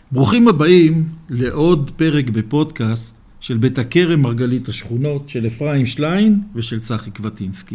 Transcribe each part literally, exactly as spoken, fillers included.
ברוכים הבאים לעוד פרק בפודקאסט של בית הכרם מרגלית השכונות של אפרים שליין ושל צחי קבטינסקי.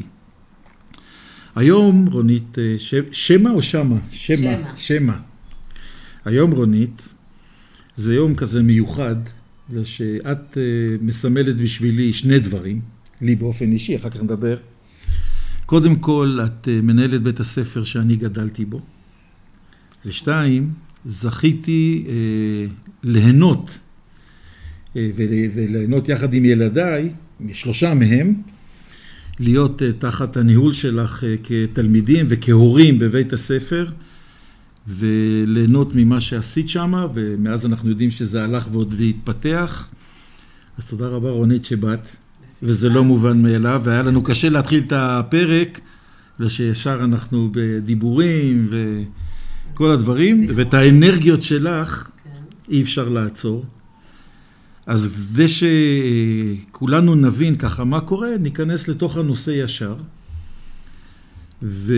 היום רונית, ש... שמה או שמה? שמה. שמה. שמה. היום רונית, זה יום כזה מיוחד, שאת מסמלת בשבילי שני דברים, לי באופן אישי, אחר כך נדבר. קודם כל, את מנהלת בית הספר שאני גדלתי בו. ושתיים, זכיתי אה, ליהנות, אה, וליהנות יחד עם ילדיי, שלושה מהם, להיות אה, תחת הניהול שלך אה, כתלמידים וכהורים בבית הספר, וליהנות ממה שעשית שם, ומאז אנחנו יודעים שזה הלך ועוד והתפתח. אז תודה רבה רונית שבאת, וזה לא מובן מאליו, והיה לנו קשה להתחיל את הפרק, ושישר אנחנו בדיבורים ו... כל הדברים, ואת האנרגיות שלך אי אפשר לעצור. אז כדי שכולנו נבין ככה מה קורה, ניכנס לתוך הנושא ישר. ואת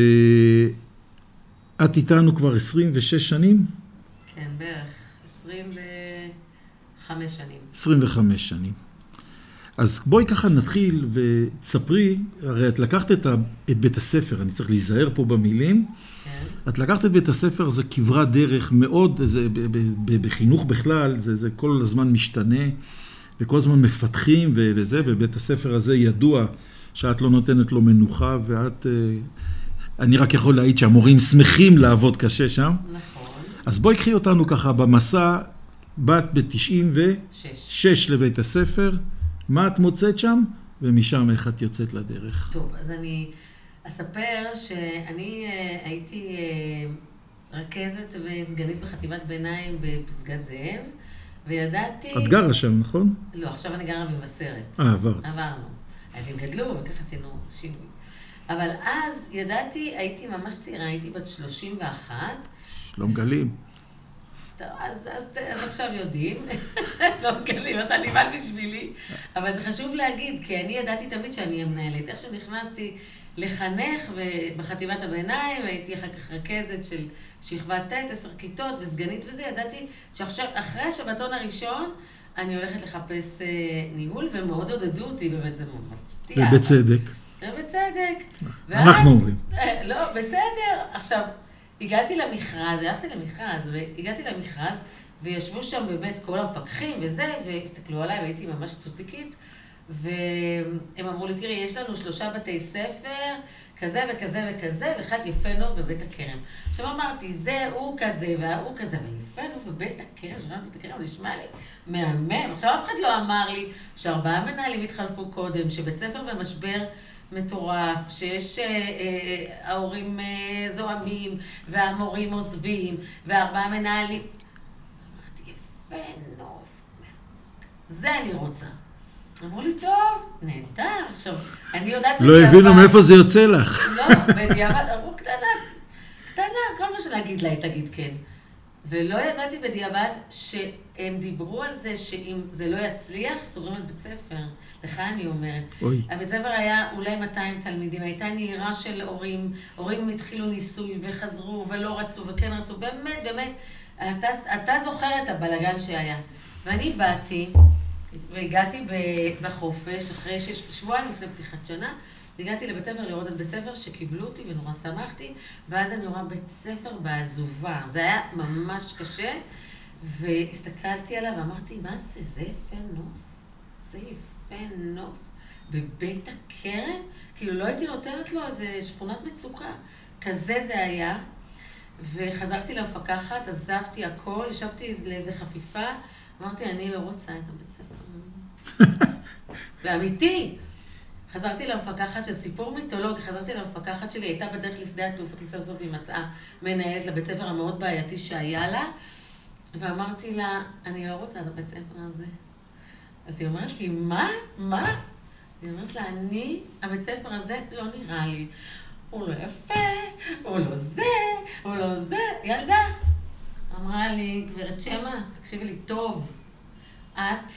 איתנו כבר עשרים ושש שנים? כן, בערך עשרים וחמש שנים. עשרים וחמש שנים. אז בואי ככה נתחיל ותספרי, הרי את לקחת את, ה, את בית הספר, אני צריך להיזהר פה במילים, כן. את לקחת את בית הספר, זה כברת דרך מאוד, זה, ב, ב, ב, בחינוך בכלל, זה, זה כל הזמן משתנה, וכל הזמן מפתחים וזה, ובית הספר הזה ידוע שאת לא נותנת לו מנוחה, ואת, אני רק יכול להעיד שהמורים שמחים לעבוד קשה שם. נכון. אז בואי קחי אותנו ככה במסע, בת ב-תשעים ושש לבית הספר, מה את מוצאת שם, ומשם איך את יוצאת לדרך. טוב, אז אני אספר שאני הייתי רכזת וסגנית בחטיבת ביניים בפסגת זאב, וידעתי... את גרה שם, נכון? לא, עכשיו אני גרה במבשרת. אה, עברת. עברנו. הייתם גדלו, וככה עשינו שינוי. אבל אז ידעתי, הייתי ממש צעירה, הייתי בת שלושים ואחת. לא מגלים. טוב, אז, אז, אז עכשיו יודעים, לא מגלים, אתה נבהל בשבילי, אבל זה חשוב להגיד, כי אני ידעתי תמיד שאני המנהלת. איך שנכנסתי לחנך בחטיבת הביניים, הייתי אחר כך רכזת של שכבת ט', עשר כיתות וסגנית וזה, ידעתי שעכשיו, אחרי השבתון הראשון, אני הולכת לחפש ניהול, ומאוד עודדו אותי, באמת זה מאוד מפתיע. ובצדק. ובצדק. אנחנו אומרים. לא, בסדר. עכשיו, הגעתי למכרז, הלכתי למכרז, והגעתי למכרז, וישבו שם באמת כל המפקחים וזה, והסתכלו עליי, והייתי ממש צוציקית, והם אמרו לי, תראי, יש לנו שלושה בתי ספר, כזה וכזה וכזה, ואחד יפה נוף ובית הכרם. עכשיו אמרתי, זה הוא כזה והוא כזה, אבל יפה נוף ובית הכרם, שרם בית הכרם, נשמע לי מהמם. עכשיו אף אחד לא אמר לי שארבעה מנהלים התחלפו קודם, שבית ספר במשבר מטורף, שיש אה, אה, ההורים אה, זוהמים, והמורים עוזבים, וארבעה מנהלים. אמרתי, יפה נוף. זה אני רוצה. אמרו לי, טוב, נהדר. עכשיו, אני יודעת לא הבינו מאיפה זה יוצא לך. לא, בדיעבד, אמרו, קטנה, קטנה, כל מה שנגיד לה, תגיד כן. ולא ידעתי בדיעבד שהם דיברו על זה שאם זה לא יצליח, סוגרים את בית ספר. לך אני אומרת. אוי. הבית ספר היה אולי מאתיים תלמידים, הייתה נהירה של הורים, הורים התחילו ניסוי וחזרו ולא רצו וכן רצו, באמת, באמת, אתה, אתה זוכר את הבלגן שהיה. ואני באתי, והגעתי בחופש, אחרי שש, שבועיים לפני פתיחת שנה, הגעתי לבית ספר לראות את בית ספר שקיבלו אותי ונורא שמחתי, ואז אני רואה בית ספר בעזובה. זה היה ממש קשה, והסתכלתי עליו ואמרתי, מה זה? זה יפה נוף. זה יפה נוף. בבית הכרם? כאילו לא הייתי נותנת לו איזה שכונת מצוקה. כזה זה היה. וחזרתי למפקחת, עזבתי הכל, ישבתי לאיזה חפיפה, אמרתי, אני לא רוצה את הבית ספר. ואמיתי. חזרתי למפקחת של סיפור מיתולוגי, חזרתי למפקחת שלי, הייתה בדרך לשדה התעופה, כי סוף סוף היא מצאה מנהלת לבית ספר המאוד בעייתי שהיה לה, ואמרתי לה, אני לא רוצה את הבית ספר הזה. אז היא אומרת לי, מה? מה? היא אומרת לה, אני, הבית ספר הזה לא נראה לי. הוא לא יפה, הוא לא זה, הוא לא זה. ילדה אמרה לי, גברת שמה, תקשיבי לי טוב, את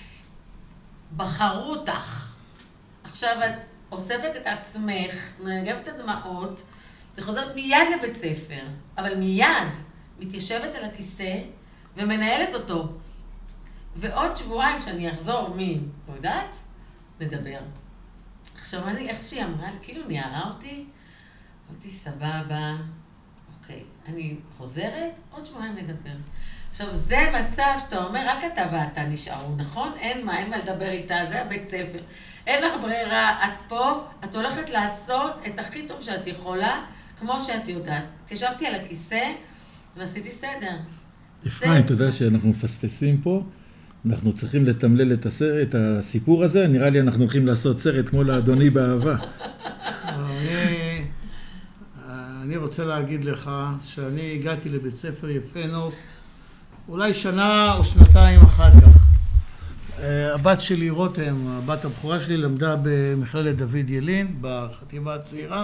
בחרו אותך. עכשיו את אוספת את עצמך, נגבת את הדמעות, זה חוזרת מיד לבית ספר, אבל מיד מתיישבת על הכיסא ומנהלת אותו. ועוד שבועיים שאני אחזור מין, לא יודעת? נדבר. עכשיו, אני, איך שהיא אמרה, כאילו ניערה אותי, אמרתי, סבבה, אוקיי, אני חוזרת, עוד שבועיים נדבר. עכשיו, זה מצב שאתה אומר, רק אתה ואתה נשארו, נכון? אין מה, אין מה לדבר איתה, זה הבית ספר. אין לך ברירה, את פה, את הולכת לעשות את הכי טוב שאת יכולה, כמו שאת יודעת. התיישבתי על הכיסא ועשיתי סדר. אפרים, אתה יודע שאנחנו מפספסים פה, אנחנו צריכים לתמלל את הסרט, את הסיפור הזה, נראה לי אנחנו הולכים לעשות סרט כמו לאדוני באהבה. אני, אני רוצה להגיד לך שאני הגעתי לבית ספר יפה נוף, אולי שנה או שנתיים אחר כך. הבת שלי רותם, הבת הבכורה שלי, למדה במכללת דוד ילין, בחטיבה הצעירה,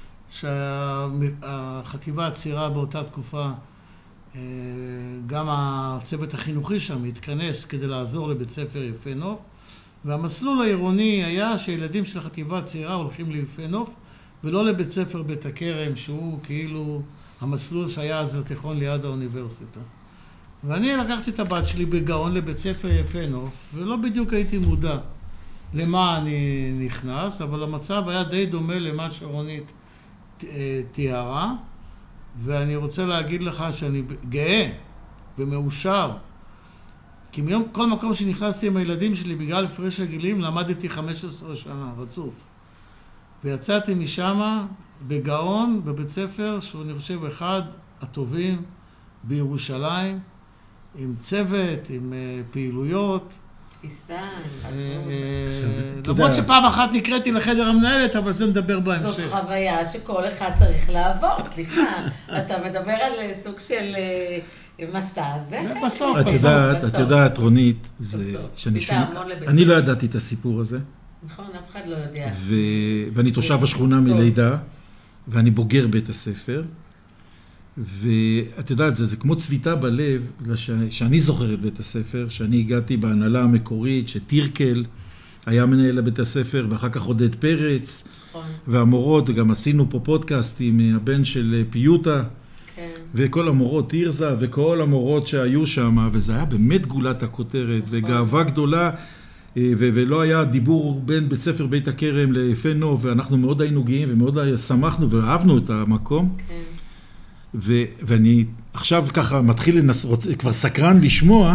שהחטיבה הצעירה באותה תקופה, גם הצוות החינוכי שם התכנס כדי לעזור לבית ספר יפה נוף, והמסלול העירוני היה שילדים של החטיבה הצעירה הולכים ליפה נוף, ולא לבית ספר בית הכרם, שהוא כאילו המסלול שהיה אז לתיכון ליד האוניברסיטה. ואני לקחתי את הבת שלי בגאון לבית ספר יפה נוף, ולא בדיוק הייתי מודע למה אני נכנס, אבל המצב היה די דומה למה שרונית תיארה, ואני רוצה להגיד לך שאני גאה ומאושר, כי מיום כל מקום שנכנסתי עם הילדים שלי בגלל הפרש הגילים, למדתי חמש עשרה שנה רצוף. ויצאתי משם בגאון בבית ספר, שהוא אני חושב אחד הטובים בירושלים, עם צוות, עם פעילויות. תפיסה, למרות שפעם אחת נקראתי לחדר המנהלת, אבל זה נדבר בהמשך. זאת חוויה שכל אחד צריך לעבור, סליחה. אתה מדבר על סוג של מסע, זה בסוף, את יודעת, את יודעת, רונית, אני לא ידעתי את הסיפור הזה. נכון, אף אחד לא יודע. ואני תושב השכונה מלידה, ואני בוגר בית הספר. ואת יודעת, זה, זה כמו צביטה בלב, שאני זוכר את בית הספר, שאני הגעתי בהנהלה המקורית, שטירקל היה מנהל לבית הספר, ואחר כך עודד פרץ, נכון. והמורות, גם עשינו פה פודקאסט עם הבן של פיוטה, כן. וכל המורות, תירזה, וכל המורות שהיו שם, וזה היה באמת גולת הכותרת, נכון. וגאווה גדולה, ו- ולא היה דיבור בין בית ספר בית הכרם ליפה נוף, ואנחנו מאוד היינו גאים, ומאוד שמחנו ואהבנו את המקום. כן. ו- ואני עכשיו ככה מתחיל לנס... רוצ... כבר סקרן לשמוע,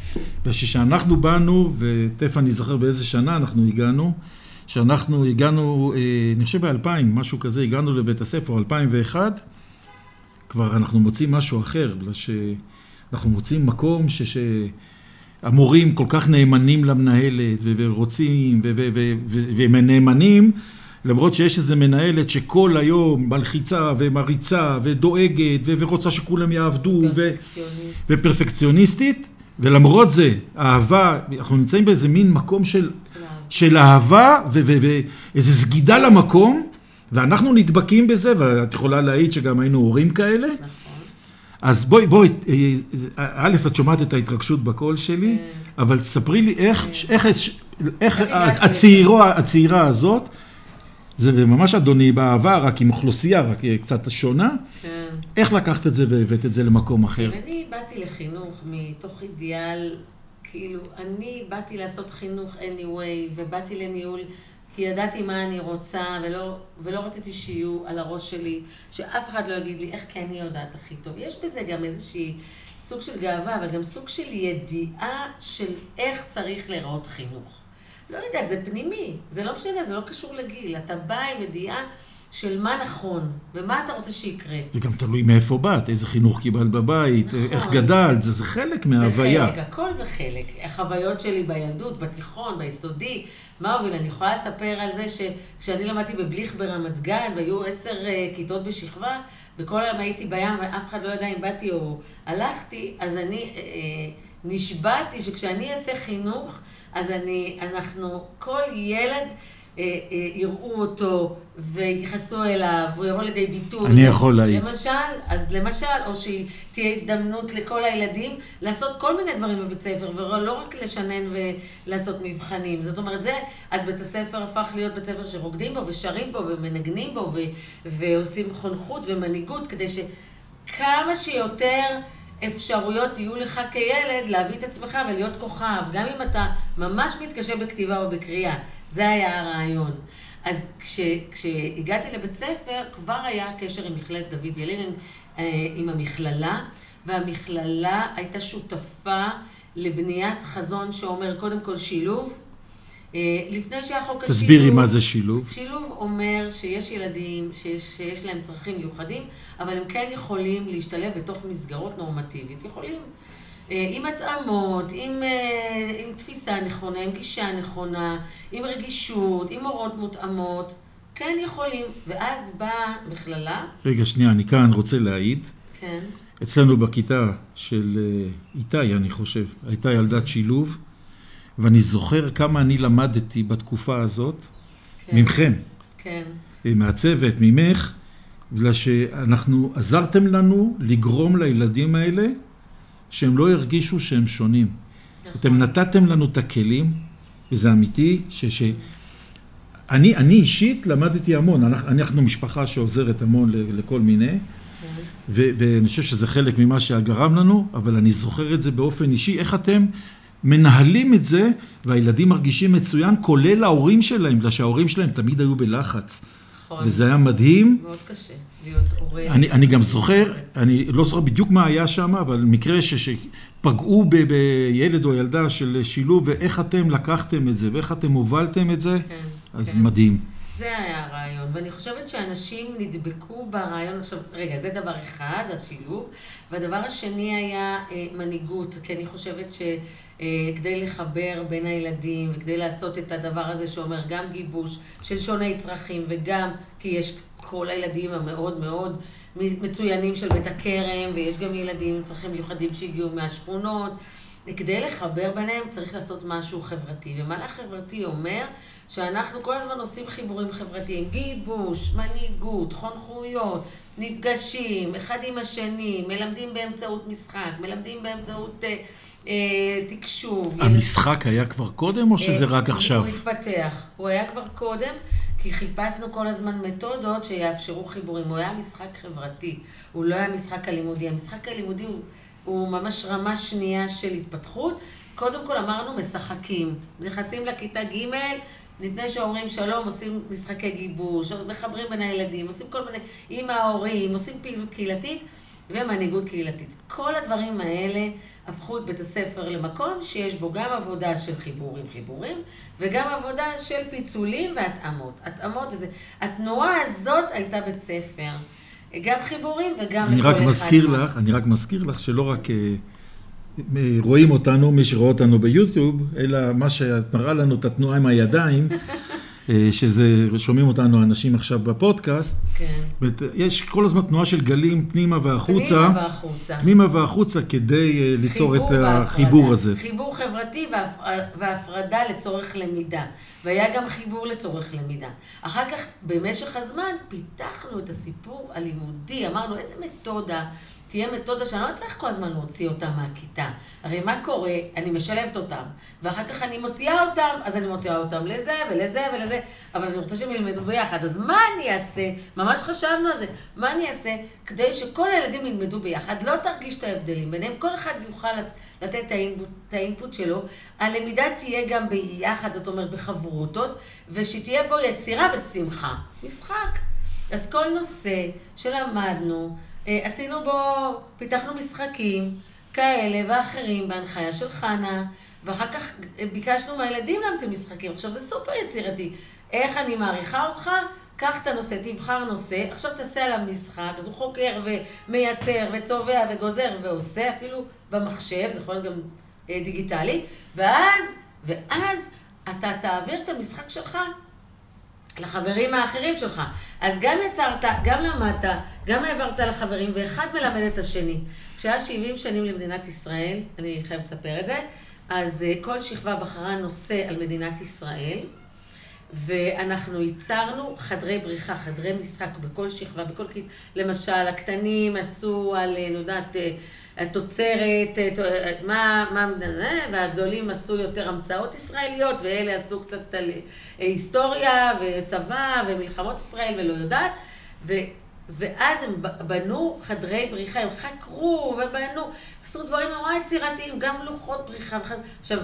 ושאנחנו באנו, ותף אני זוכר באיזה שנה אנחנו הגענו, שאנחנו הגענו, אני חושב ב-אלפיים, משהו כזה, הגענו לבית הספר, אלפיים ואחת, כבר אנחנו מוצאים משהו אחר, בגלל שאנחנו מוצאים מקום ש... שהמורים כל כך נאמנים למנהלת, ו- ורוצים, ו- ו- ו- ו- והם נאמנים, למרות שיש איזו מנהלת שכל היום מלחיצה ומריצה ודואגת ו- ורוצה שכולם יעבדו פרפקציוניסט. ו- ופרפקציוניסטית, ולמרות זה, אהבה, אנחנו נמצאים באיזה מין מקום של, של אהבה ו- ו- ואיזו סגידה למקום, ואנחנו נדבקים בזה, ואת יכולה להעיד שגם היינו הורים כאלה. נכון. אז בואי, בואי, א', את שומעת את ההתרגשות בקול שלי, אבל תספרי לי איך, איך, איך הצעירה, הצעירה הזאת, זה ממש אדוני באהבה, רק עם אוכלוסייה, רק קצת שונה. כן. איך לקחת את זה והבאת את זה למקום אחר? אני באתי לחינוך מתוך אידיאל, כאילו, אני באתי לעשות חינוך anyway, ובאתי לניהול, כי ידעתי מה אני רוצה, ולא, ולא רציתי שיהיו על הראש שלי, שאף אחד לא יגיד לי איך כן אני יודעת הכי טוב. יש בזה גם איזושהי סוג של גאווה, אבל גם סוג של ידיעה של איך צריך לראות חינוך. לא יודעת, זה פנימי, זה לא משנה, זה לא קשור לגיל. אתה בא עם ידיעה של מה נכון, ומה אתה רוצה שיקרה. זה גם תלוי מאיפה באת, איזה חינוך קיבלת בבית, נכון. איך גדלת, זה, זה חלק מההוויה. זה חלק, הכל וחלק. החוויות שלי בילדות, בתיכון, ביסודי, מה הוביל? אני יכולה לספר על זה שכשאני למדתי בבליך ברמת גן, והיו עשר uh, כיתות בשכבה, וכל היום הייתי בים, ואף אחד לא ידע אם באתי או הלכתי, אז אני uh, נשבעתי שכשאני אעשה חינוך, אז אני, אנחנו, כל ילד אה, אה, יראו אותו ויתייחסו אליו, הוא יבוא לידי ביטוי. אני יכול להעיד. למשל, אז למשל, או שתהיה הזדמנות לכל הילדים לעשות כל מיני דברים בבית ספר, ולא רק לשנן ולעשות מבחנים. זאת אומרת, זה, אז בית הספר הפך להיות בית ספר שרוקדים בו ושרים בו ומנגנים בו ו, ועושים חונכות ומנהיגות, כדי שכמה שיותר אפשרויות יהיו לך כילד להביא את עצמך ולהיות כוכב, גם אם אתה ממש מתקשה בכתיבה או בקריאה. זה היה הרעיון. אז כש, כשהגעתי לבית ספר, כבר היה קשר עם מכללת דוד ילין, עם המכללה, והמכללה הייתה שותפה לבניית חזון שאומר קודם כל שילוב. לפני שהחוק השילוב... תסבירי מה זה שילוב. שילוב אומר שיש ילדים שיש, שיש להם צרכים מיוחדים, אבל הם כן יכולים להשתלב בתוך מסגרות נורמטיביות. יכולים עם התאמות, עם, עם תפיסה נכונה, עם גישה נכונה, עם רגישות, עם הורות מותאמות, כן יכולים. ואז באה מכללה. רגע, שנייה, אני כאן רוצה להעיד. כן. אצלנו בכיתה של איתי, אני חושב, הייתה ילדת שילוב, ואני זוכר כמה אני למדתי בתקופה הזאת, כן. ממכם. כן. מהצוות, ממך, בגלל שאנחנו, עזרתם לנו לגרום לילדים האלה, שהם לא הרגישו שהם שונים. נכון. אתם נתתם לנו את הכלים, וזה אמיתי, ש... ש... אני, אני אישית למדתי המון, אנחנו, אנחנו משפחה שעוזרת המון לכל מיני, ו- ואני חושב שזה חלק ממה שגרם לנו, אבל אני זוכר את זה באופן אישי, איך אתם מנהלים את זה, והילדים מרגישים מצוין, כולל ההורים שלהם, בגלל שההורים שלהם תמיד היו בלחץ. נכון. וזה היה מדהים. מאוד קשה להיות הורה. אני, אני גם זוכר, אני לא זוכר בדיוק מה היה שם, אבל מקרה ש- שפגעו ב- בילד או ילדה של שילוב, ואיך אתם לקחתם את זה, ואיך אתם הובלתם את זה, כן, אז כן. מדהים. זה היה הרעיון, ואני חושבת שאנשים נדבקו ברעיון. עכשיו, רגע, זה דבר אחד, השילוב, והדבר השני היה אה, מנהיגות, כי אני חושבת שכדי אה, לחבר בין הילדים, וכדי לעשות את הדבר הזה שאומר גם גיבוש של שוני צרכים, וגם כי יש כל הילדים המאוד מאוד מצוינים של בית הכרם, ויש גם ילדים עם צרכים מיוחדים שהגיעו מהשכונות, וכדי לחבר ביניהם צריך לעשות משהו חברתי, ומהלך חברתי אומר שאנחנו כל הזמן עושים חיבורים חברתיים, גיבוש, מנהיגות, חונכויות, נפגשים, אחד עם השני, מלמדים באמצעות משחק, מלמדים באמצעות אה, אה, תקשוב. המשחק היה כבר קודם או שזה רק עכשיו? הוא התפתח, הוא היה כבר קודם, כי חיפשנו כל הזמן מתודות שיאפשרו חיבורים. הוא היה משחק חברתי, הוא לא היה משחק הלימודי. המשחק הלימודי הוא, הוא ממש רמה שנייה של התפתחות. קודם כל אמרנו משחקים, נכנסים לכיתה ג' לפני שאומרים שלום, עושים משחקי גיבוש, מחברים בין הילדים, עושים כל מיני, עם ההורים, עושים פעילות קהילתית ומנהיגות קהילתית. כל הדברים האלה הפכו את בית הספר למקום שיש בו גם עבודה של חיבורים חיבורים, וגם עבודה של פיצולים והתאמות. התאמות וזה. התנועה הזאת הייתה בית ספר. גם חיבורים וגם אני רק מזכיר לך, אני רק מזכיר לך שלא רק רואים אותנו, מי שרואה אותנו ביוטיוב, אלא מה שמראה לנו את התנועה עם הידיים, שזה, שומעים אותנו אנשים עכשיו בפודקאסט. כן. יש כל הזמן תנועה של גלים פנימה והחוצה. פנימה והחוצה. פנימה והחוצה כדי ליצור את החיבור הזה. חיבור חברתי והפרדה לצורך למידה. והיה גם חיבור לצורך למידה. אחר כך, במשך הזמן, פיתחנו את הסיפור הלימודי. אמרנו, איזה מתודה תהיה מתודה שאני לא צריך כל הזמן להוציא אותם מהכיתה. הרי מה קורה? אני משלבת אותם, ואחר כך אני מוציאה אותם, אז אני מוציאה אותם לזה ולזה ולזה, אבל אני רוצה שהם ילמדו ביחד. אז מה אני אעשה? ממש חשבנו על זה. מה אני אעשה כדי שכל הילדים ילמדו ביחד? לא תרגיש את ההבדלים ביניהם, כל אחד יוכל לתת את האינפוט, את האינפוט שלו. הלמידה תהיה גם ביחד, זאת אומרת בחברותות, ושתהיה בו יצירה ושמחה. משחק. אז כל נושא שלמדנו, עשינו בו, פיתחנו משחקים כאלה ואחרים בהנחיה של חנה, ואחר כך ביקשנו מהילדים להמציא משחקים. עכשיו זה סופר יצירתי. איך אני מעריכה אותך? קח את הנושא, תבחר נושא, עכשיו תעשה עליו משחק, אז הוא חוקר ומייצר וצובע וגוזר ועושה, אפילו במחשב, זה יכול להיות גם דיגיטלי, ואז, ואז אתה תעביר את המשחק שלך לחברים האחרים שלך. אז גם יצרת, גם למדת, גם העברת לחברים, ואחד מלמד את השני. כשהיה שבעים שנים למדינת ישראל, אני חייב לספר את זה, אז כל שכבה בחרה נושא על מדינת ישראל, ואנחנו ייצרנו חדרי בריחה, חדרי משחק בכל שכבה, בכל כיתה. למשל, הקטנים עשו על, נודעת, התוצרת, מה, מה, והגדולים עשו יותר המצאות ישראליות, ואלה עשו קצת על היסטוריה וצבא ומלחמות ישראל ולא יודעת, ואז הם בנו חדרי בריחה, הם חקרו ובנו, עשו דברים נורא יצירתיים, גם לוחות בריחה. עכשיו,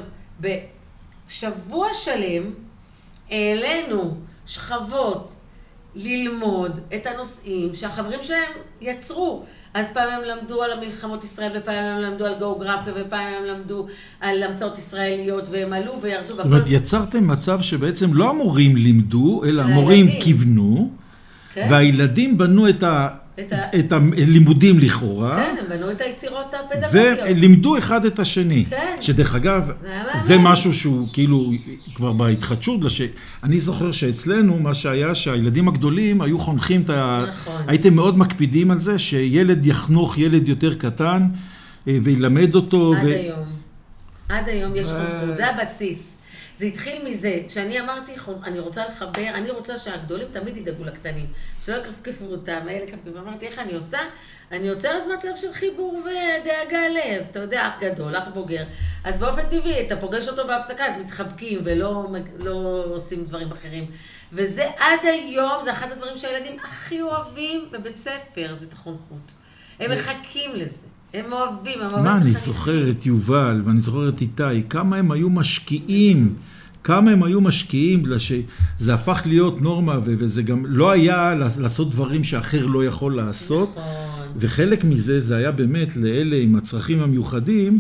בשבוע שלם העלינו שכבות ללמוד את הנושאים שהחברים שלהם יצרו. אז פעם הם למדו על המלחמות ישראל, ופעם הם למדו על גיאוגרפיה, ופעם הם למדו על המצאות ישראליות, והם עלו וירדו. זאת אומרת, יצרתם מצב שבעצם לא המורים לימדו, אלא המורים כיוונו, והילדים בנו את ה... את הלימודים לכאורה. כן, הם בנו את היצירות הפדגוגיות. ולימדו אחד את השני. כן. שדרך אגב, זה משהו שהוא כאילו כבר בהתחדשות, אני זוכר שאצלנו מה שהיה שהילדים הגדולים היו חונכים את ה... נכון. הייתם מאוד מקפידים על זה, שילד יחנוך ילד יותר קטן, וילמד אותו. עד היום. עד היום יש חונכות, זה הבסיס. זה התחיל מזה, שאני אמרתי, אני רוצה לחבר, אני רוצה שהגדולים תמיד ידאגו לקטנים, שלא יקפקפו אותם, אלה קפקפו, אמרתי, איך אני עושה? אני יוצרת מצב של חיבור ודאגה ל, אז אתה יודע, אח גדול, אח בוגר, אז באופן טבעי, אתה פוגש אותו בהפסקה, אז מתחבקים ולא לא עושים דברים אחרים, וזה עד היום, זה אחד הדברים שהילדים הכי אוהבים בבית ספר, זה את החונכות. הם מחכים לזה. הם אוהבים, הם אוהבים. מה, אני זוכר את יובל, ואני זוכר את איתי, כמה הם היו משקיעים, כמה הם היו משקיעים, בגלל שזה הפך להיות נורמה, וזה גם לא היה לעשות דברים שאחר לא יכול לעשות, וחלק מזה, זה היה באמת לאלה עם הצרכים המיוחדים,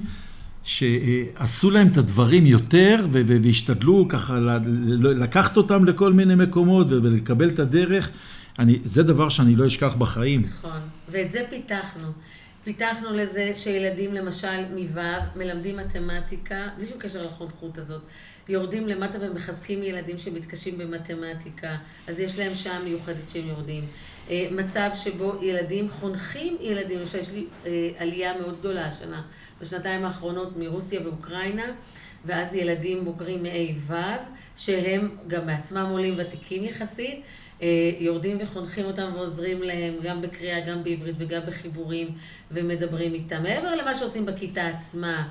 שעשו להם את הדברים יותר, והשתדלו ככה לקחת אותם לכל מיני מקומות, ולקבל את הדרך. אני, זה דבר שאני לא אשכח בחיים. נכון, ואת זה פיתחנו. פיתחנו לזה שילדים למשל מו"ב מלמדים מתמטיקה, בלי שום קשר לחונכות הזאת, יורדים למטה ומחזקים ילדים שמתקשים במתמטיקה, אז יש להם שעה מיוחדת שהם יורדים. מצב שבו ילדים חונכים ילדים, למשל יש לי עלייה מאוד גדולה השנה, בשנתיים האחרונות מרוסיה ואוקראינה, ואז ילדים בוגרים מ-A ו' שהם גם בעצמם עולים ותיקים יחסית, יורדים וחונכים אותם ועוזרים להם גם בקריאה, גם בעברית וגם בחיבורים ומדברים איתם. מעבר למה שעושים בכיתה עצמה,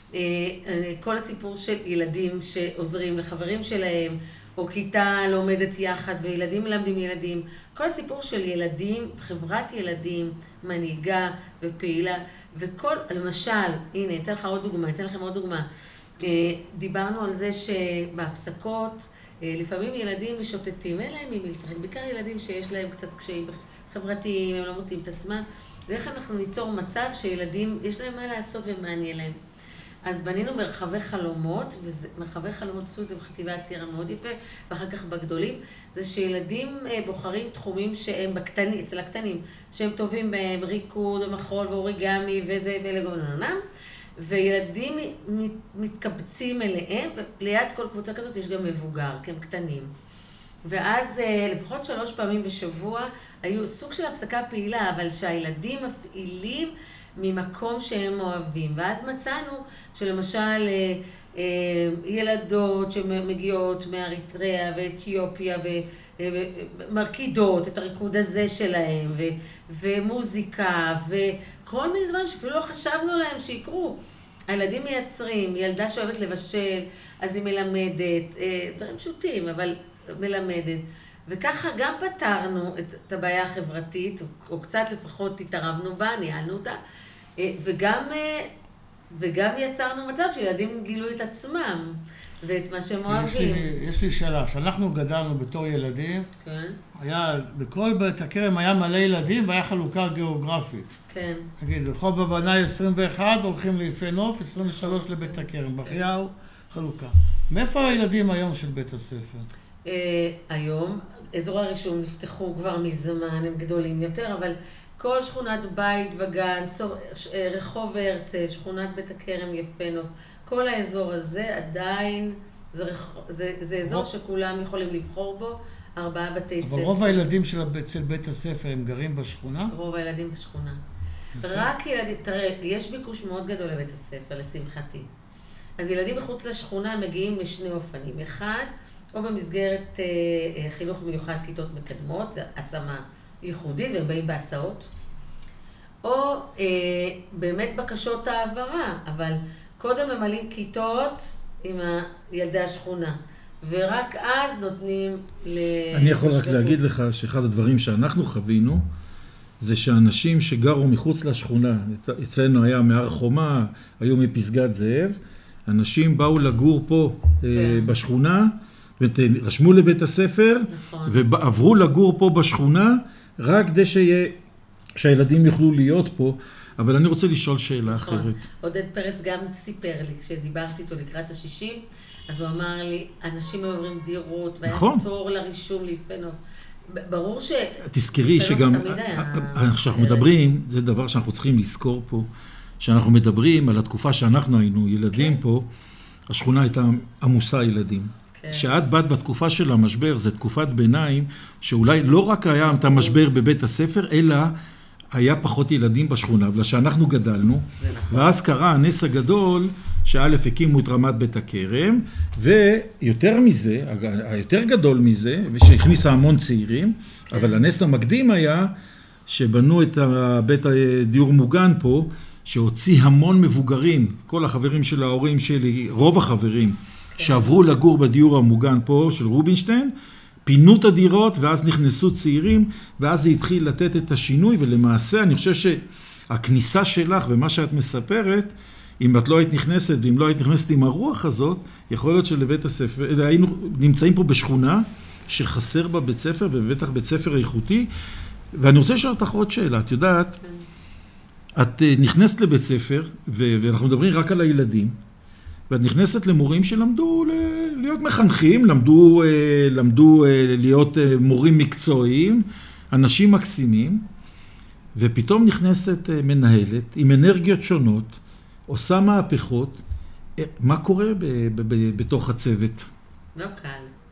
כל הסיפור של ילדים שעוזרים לחברים שלהם, או כיתה לומדת יחד וילדים מלמדים ילדים, כל הסיפור של ילדים, חברת ילדים, מנהיגה ופעילה, וכל, למשל, הנה, אתן לך עוד דוגמה, אתן לכם עוד דוגמה. דיברנו על זה שבהפסקות, לפעמים ילדים משוטטים, אין להם מי לשחק, בעיקר ילדים שיש להם קצת קשיים חברתיים, הם לא מוצאים את עצמם, ואיך אנחנו ניצור מצב שילדים, יש להם מה לעשות ומעניין להם. אז בנינו מרחבי חלומות, ומרחבי חלומות עשו את זה בחטיבה הצעירה מאוד יפה, ואחר כך בגדולים, זה שילדים בוחרים תחומים שהם בקטנים, אצל הקטנים, שהם טובים בהם, ריקוד ומחול ואוריגמי וזה ולגוננם, וילדים מתקבצים אליהם, וליד כל קבוצה כזאת יש גם מבוגר, כי הם קטנים. ואז לפחות שלוש פעמים בשבוע היו סוג של הפסקה פעילה, אבל שהילדים מפעילים ממקום שהם אוהבים. ואז מצאנו שלמשל ילדות שמגיעות מאריתריאה ואתיופיה ומרקידות את הריקוד הזה שלהם, ו- ומוזיקה וכל מיני דברים שאפילו לא חשבנו להם שיקרו. הילדים מייצרים, ילדה שאוהבת לבשל, אז היא מלמדת, דברים פשוטים, אבל מלמדת. וככה גם פתרנו את הבעיה החברתית, או קצת לפחות התערבנו בה, ניהלנו אותה, וגם, וגם יצרנו מצב שילדים גילו את עצמם, ואת מה שהם אוהבים. יש לי שאלה, כשאנחנו גדלנו בתור ילדים, כן. היה, בכל בית הכרם היה מלא ילדים והיה חלוקה גיאוגרפית. כן. נגיד, רחוב בבנאי עשרים ואחת הולכים ליפה נוף, עשרים ושלוש לבית הכרם, בחיהו חלוקה. מאיפה הילדים היום של בית הספר? היום, אזורי הרישום נפתחו כבר מזמן, הם גדולים יותר, אבל כל שכונת בית וגן, רחוב הרצל, שכונת בית הכרם יפנו, כל האזור הזה עדיין, זה, זה, זה אזור שכולם יכולים לבחור בו, ארבעה בתי ספר. אבל רוב הילדים של בית, של בית הספר הם גרים בשכונה? רוב הילדים בשכונה. רק ילדים, תראה, יש ביקוש מאוד גדול לבית הספר, לשמחתי. אז ילדים מחוץ לשכונה מגיעים משני אופנים. אחד, או במסגרת אה, חינוך מיוחד כיתות מקדמות, זה השמה ייחודית, והם באים בהסעות, או אה, באמת בקשות העברה, אבל קודם ממלאים כיתות עם ילדי השכונה, ורק אז נותנים ל... אני יכול רק להגיד לך שאחד הדברים שאנחנו חווינו, זה שאנשים שגרו מחוץ לשכונה, אצלנו היה מהר חומה, היו מפסגת זאב, אנשים באו לגור פה כן. בשכונה, ורשמו לבית הספר, נכון. ועברו לגור פה בשכונה, רק כדי שיה, שהילדים יוכלו להיות פה, אבל אני רוצה לשאול שאלה נכון. אחרת. עודד פרץ גם סיפר לי, כשדיברתי איתו לקראת השישים, אז הוא אמר לי, אנשים עוברים דירות, והיה נכון. תור לרישום ליפנוף. ברור ש... תזכרי שגם, כשאנחנו מדברים, זה דבר שאנחנו צריכים לזכור פה, שאנחנו מדברים על התקופה שאנחנו היינו ילדים פה, השכונה הייתה עמוסה ילדים. שאת באת בתקופה של המשבר, זו תקופת ביניים, שאולי לא רק היה את המשבר בבית הספר, אלא היה פחות ילדים בשכונה, בגלל שאנחנו גדלנו, ואז קרה הנס הגדול, שא' הקימו את רמת בית הכרם, ויותר מזה, היותר גדול מזה, ושהכניסה המון צעירים, אבל הנס המקדים היה, שבנו את בית הדיור מוגן פה, שהוציא המון מבוגרים, כל החברים של ההורים שלי, רוב החברים, שעברו לגור בדיור המוגן פה של רובינשטיין, פינו את הדירות ואז נכנסו צעירים, ואז זה התחיל לתת את השינוי, ולמעשה אני חושב שהכניסה שלך ומה שאת מספרת, אם את לא היית נכנסת, ואם לא היית נכנסת עם הרוח הזאת, יכול להיות שלבית הספר, היינו נמצאים פה בשכונה שחסר בה בית ספר, ובטח בית ספר איכותי, ואני רוצה לשאול אותך עוד שאלה, את יודעת, את נכנסת לבית ספר, ואנחנו מדברים רק על הילדים, ואת נכנסת למורים שלמדו להיות מחנכים, למדו, למדו להיות מורים מקצועיים, אנשים מקסימים, ופתאום נכנסת מנהלת עם אנרגיות שונות, עושה מהפכות, מה קורה ב- ב- ב- בתוך הצוות? לא קל.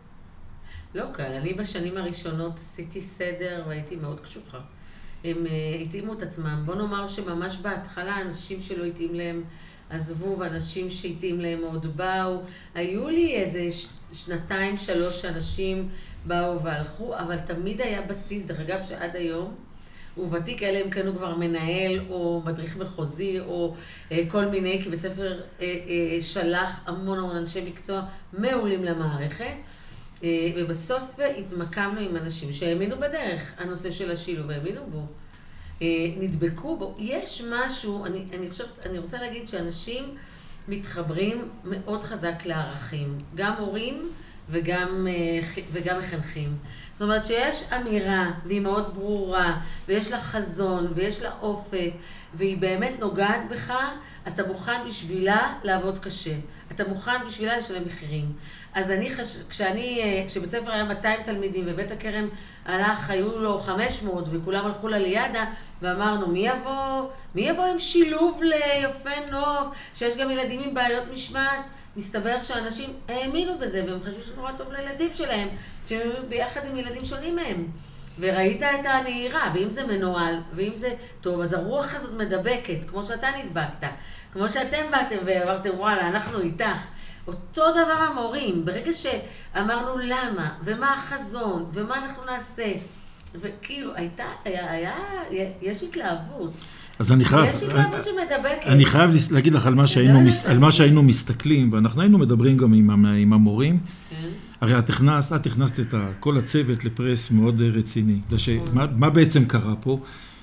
לא קל. אני בשנים הראשונות עשיתי סדר והייתי מאוד קשוחה. הם התאימו את עצמם. בוא נאמר שממש בהתחלה אנשים שלא התאים להם עזבו, ואנשים שהתאים להם עוד באו. היו לי איזה שנתיים, שלוש אנשים באו והלכו, אבל תמיד היה בסיס, דרך אגב שעד היום, הוא ותיק, אלה אם כן הוא כבר מנהל או מדריך מחוזי או אה, כל מיני, כי בית ספר אה, אה, שלח המון המון אנשי מקצוע מעולים למערכת, אה, ובסוף התמקמנו עם אנשים שהאמינו בדרך, הנושא של השילוב, האמינו בו, אה, נדבקו בו. יש משהו, אני, אני חושבת, אני רוצה להגיד שאנשים מתחברים מאוד חזק לערכים, גם הורים וגם, אה, וגם מחנכים. זאת אומרת שיש אמירה, והיא מאוד ברורה, ויש לה חזון, ויש לה אופק, והיא באמת נוגעת בך, אז אתה מוכן בשבילה לעבוד קשה. אתה מוכן בשבילה לשלם מחירים. אז אני, חש... כשאני, כשבית ספר היה מאתיים תלמידים, ובית הכרם הלך, היו לו חמש מאות, וכולם הלכו לליאדה, ואמרנו, מי יבוא, מי יבוא עם שילוב ליפה נוף, שיש גם ילדים עם בעיות משמעת? מסתבר שאנשים האמינו בזה, והם חשבו שנורא טוב לילדים שלהם, שהם ביחד עם ילדים שונים מהם. וראית את הנהירה, ואם זה מנוהל, ואם זה טוב, אז הרוח הזאת מדבקת, כמו שאתה נדבקת, כמו שאתם באתם ואמרתם, וואלה, אנחנו איתך. אותו דבר המורים, ברגע שאמרנו למה, ומה החזון, ומה אנחנו נעשה, וכאילו, הייתה, היה, היה, יש התלהבות. אז אני חייב, יש התלהבות שמדבקת. אני חייב להגיד לך על מה שהיינו, על מה שהיינו מסתכלים, ואנחנו היינו מדברים גם עם, עם המורים. כן. הרי את הכנסת, את הכנסת את כל הצוות לפרס מאוד רציני. מה, מה בעצם קרה פה?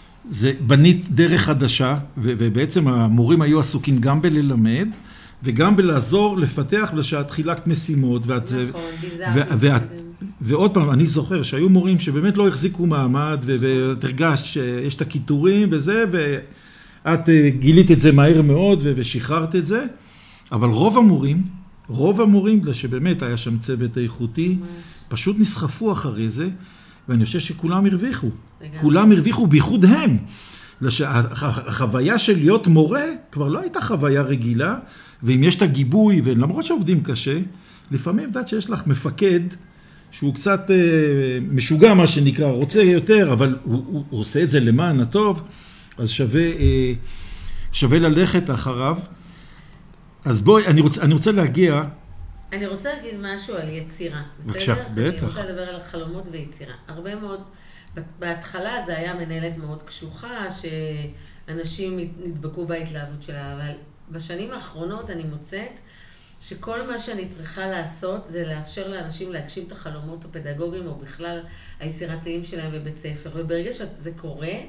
זה בנית דרך חדשה, ובעצם המורים היו עסוקים גם בללמד, וגם בלעזור לפתח, ושאת חילקת משימות, ואת, נכון, ביזרת. ואת, ועוד פעם, אני זוכר שהיו מורים שבאמת לא החזיקו מעמד, ואת הרגשת שיש את הכיתורים וזה, ואת גילית את זה מהר מאוד, ושחררת את זה, אבל רוב המורים, רוב המורים, בגלל שבאמת היה שם צוות איכותי, פשוט נסחפו אחרי זה, ואני חושב שכולם הרוויחו. כולם הרוויחו בייחוד הם. החוויה של להיות מורה כבר לא הייתה חוויה רגילה, ואם יש את הגיבוי, ולמרות שעובדים קשה, לפעמים יודעת שיש לך מפקד, שהוא קצת משוגע מה שנקרא, רוצה יותר, אבל הוא, הוא, הוא עושה את זה למען הטוב, אז שווה, שווה ללכת אחריו. אז בואי, אני רוצה, אני רוצה להגיע... אני רוצה להגיד משהו על יצירה, בסדר? בבקשה, בטח. אני רוצה לדבר על חלומות ויצירה. הרבה מאוד, בהתחלה זה היה מנהלת מאוד קשוחה, שאנשים נדבקו בהתלהבות שלה, אבל בשנים האחרונות אני מוצאת שכל מה שאני צריכה לעשות זה לאפשר לאנשים להגשים את החלומות הפדגוגיים או בכלל היצירתיים שלהם בבית ספר. וברגע שזה קורה,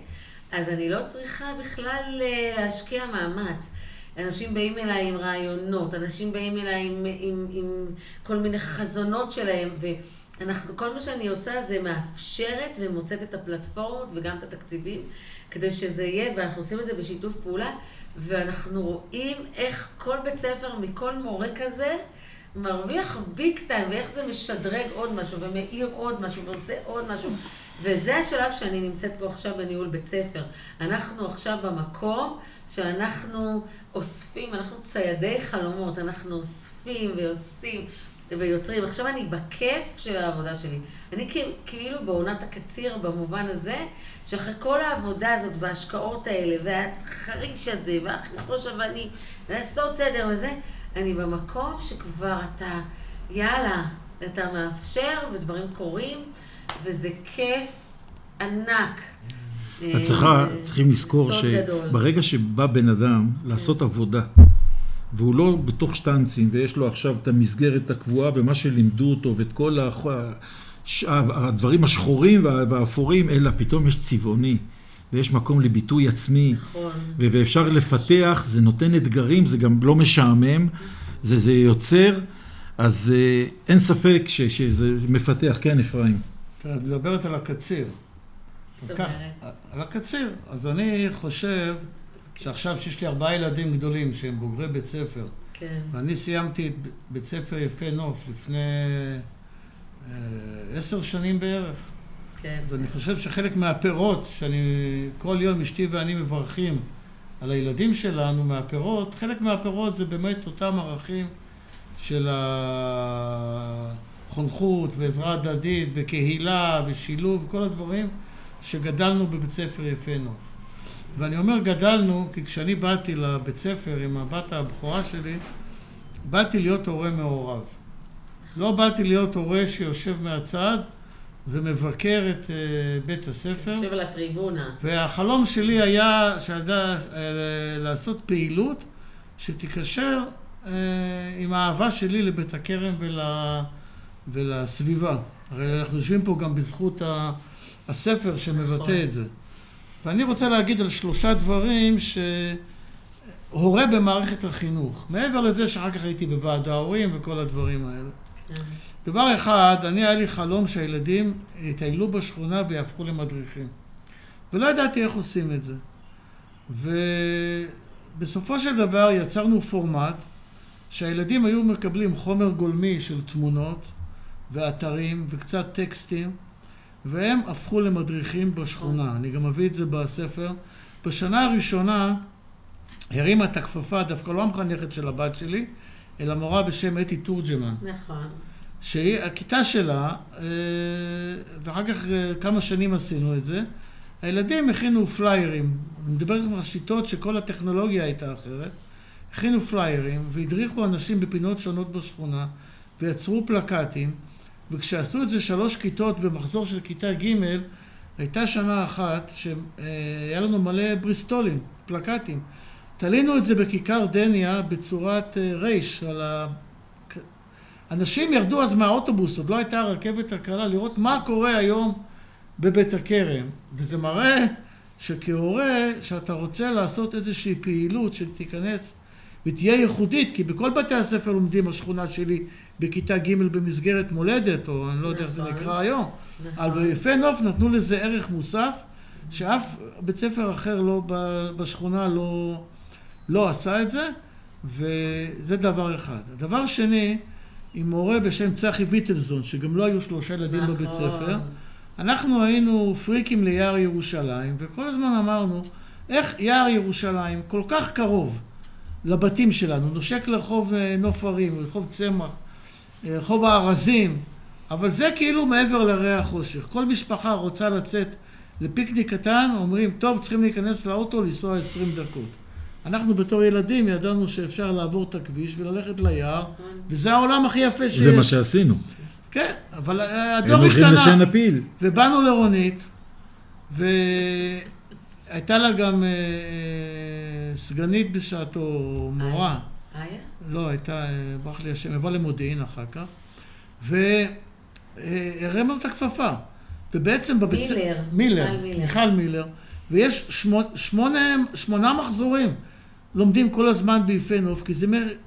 אז אני לא צריכה בכלל להשקיע מאמץ. אנשים באים אליי עם רעיונות, אנשים באים אליי עם, עם, עם כל מיני חזונות שלהם, ואנחנו, כל מה שאני עושה זה מאפשרת ומוצאת את הפלטפורמות וגם את התקציבים, כדי שזה יהיה, ואנחנו עושים את זה בשיתוף פעולה, ואנחנו רואים איך כל בית ספר מכל מורה כזה מרוויח ביג טיים, ואיך זה משדרג עוד משהו, ומאיר עוד משהו, ועושה עוד משהו. וזה השלב שאני נמצאת פה עכשיו בניהול בית ספר. אנחנו עכשיו במקום שאנחנו אוספים, אנחנו ציידי חלומות, אנחנו אוספים ועושים ויוצרים. עכשיו אני בכיף של העבודה שלי. אני כאילו בעונת הקציר במובן הזה, שאחרי כל העבודה הזאת וההשקעות האלה, והחריש הזה, והחריש אבנים, לעשות סדר וזה, אני במקום שכבר אתה, יאללה, אתה מאפשר ודברים קורים, וזה כיף ענק. את צריכה, צריכים לזכור שברגע שבא בן אדם לעשות עבודה, והוא לא בתוך שטנצים, ויש לו עכשיו את המסגרת הקבועה, ומה שלימדו אותו, ואת כל הדברים השחורים והאפורים, אלא פתאום יש צבעוני, ויש מקום לביטוי עצמי, נכון. ואפשר לפתח, זה נותן אתגרים, זה גם לא משעמם, זה, זה יוצר, אז אין ספק ש, שזה מפתח, כן אפרים. אתה מדברת על הקציר. כך, על הקציר. אז אני חושב שעכשיו שיש לי ארבעה ילדים גדולים שהם בוגרי בית ספר, כן. ואני סיימתי את בית ספר יפה נוף לפני אה, עשר שנים בערך. כן. אז אני חושב שחלק מהפירות שאני, כל יום אשתי ואני מברכים על הילדים שלנו מהפירות, חלק מהפירות זה באמת אותם ערכים של החונכות ועזרה הדדית וקהילה ושילוב וכל הדברים שגדלנו בבית ספר יפה נוף. ואני אומר גדלנו כי כשאני באתי לבית ספר עם הבת הבכורה שלי, באתי להיות הורה מעורב. לא באתי להיות הורה שיושב מהצד ומבקר את uh, בית הספר. יושב על הטריבונה. והחלום שלי היה שידע uh, לעשות פעילות שתקשר uh, עם האהבה שלי לבית הכרם ול, ולסביבה. הרי אנחנו יושבים פה גם בזכות ה, הספר שמבטא את זה. ואני רוצה להגיד על שלושה דברים שהורה במערכת החינוך. מעבר לזה שאחר כך הייתי בוועד ההורים וכל הדברים האלה. דבר אחד, אני היה לי חלום שהילדים יטיילו בשכונה ויהפכו למדריכים. ולא ידעתי איך עושים את זה. ובסופו של דבר יצרנו פורמט שהילדים היו מקבלים חומר גולמי של תמונות ואתרים וקצת טקסטים, והם הפכו למדריכים בשכונה. אני גם מביא את זה בספר. בשנה הראשונה הרימה את הכפפה, דווקא לא המחנכת של הבת שלי, אלא מורה בשם אתי תורג'מן. נכון. שהיא, הכיתה שלה, ואחר כך כמה שנים עשינו את זה, הילדים הכינו פליירים. אני מדבר עם השיטות שכל הטכנולוגיה הייתה אחרת. הכינו פליירים והדריכו אנשים בפינות שונות בשכונה, ויצרו פלקטים, וכשעשו את זה שלוש כיתות במחזור של כיתה ג', הייתה שנה אחת שהיה לנו מלא בריסטולים, פלקטים. תלינו את זה בכיכר דניה בצורת רייש. על ה... אנשים ירדו אז מהאוטובוס, עוד לא הייתה רכבת הקלה, לראות מה קורה היום בבית הכרם. וזה מראה שכהורה, שאתה רוצה לעשות איזושהי פעילות שתיכנס ותהיה ייחודית, כי בכל בתי הספר לומדים השכונה שלי בכיתה ג' במסגרת מולדת, או אני לא יודע איך זה נקרא היום. אבל ביפה נוף נתנו לזה ערך מוסף, שאף בית ספר אחר לא, בשכונה לא, לא עשה את זה, וזה דבר אחד. הדבר שני, עם מורה בשם צחי ויטלזון, שגם לא היו שלושה ילדים בבית ספר, אנחנו היינו פריקים ליער ירושלים, וכל הזמן אמרנו, איך יער ירושלים כל כך קרוב לבתים שלנו, נושק לרחוב נוף הרים, רחוב צמח, רחוב הארזים, אבל זה כאילו מעבר לרעי החושך. כל משפחה רוצה לצאת לפיקניק קטן, אומרים, טוב, צריכים להיכנס לאוטו, לנסוע עשרים דקות. אנחנו בתור ילדים ידענו שאפשר לעבור את הכביש וללכת ליער, וזה העולם הכי יפה שיש. זה מה שעשינו. כן, אבל הדור השתנה. הם הולכים לשן הפיל. ובאנו לרונית, והייתה לה גם סגנית בשעתו, מורה. איה? לא, הייתה, ברח לי השם, עברה למודיעין אחר כך, והרמנו את הכפפה. ובעצם בבית... מילר. מילר, מיכל מילר. ויש שמונה, שמונה, שמונה מחזורים לומדים כל הזמן ביפה נוף, כי זה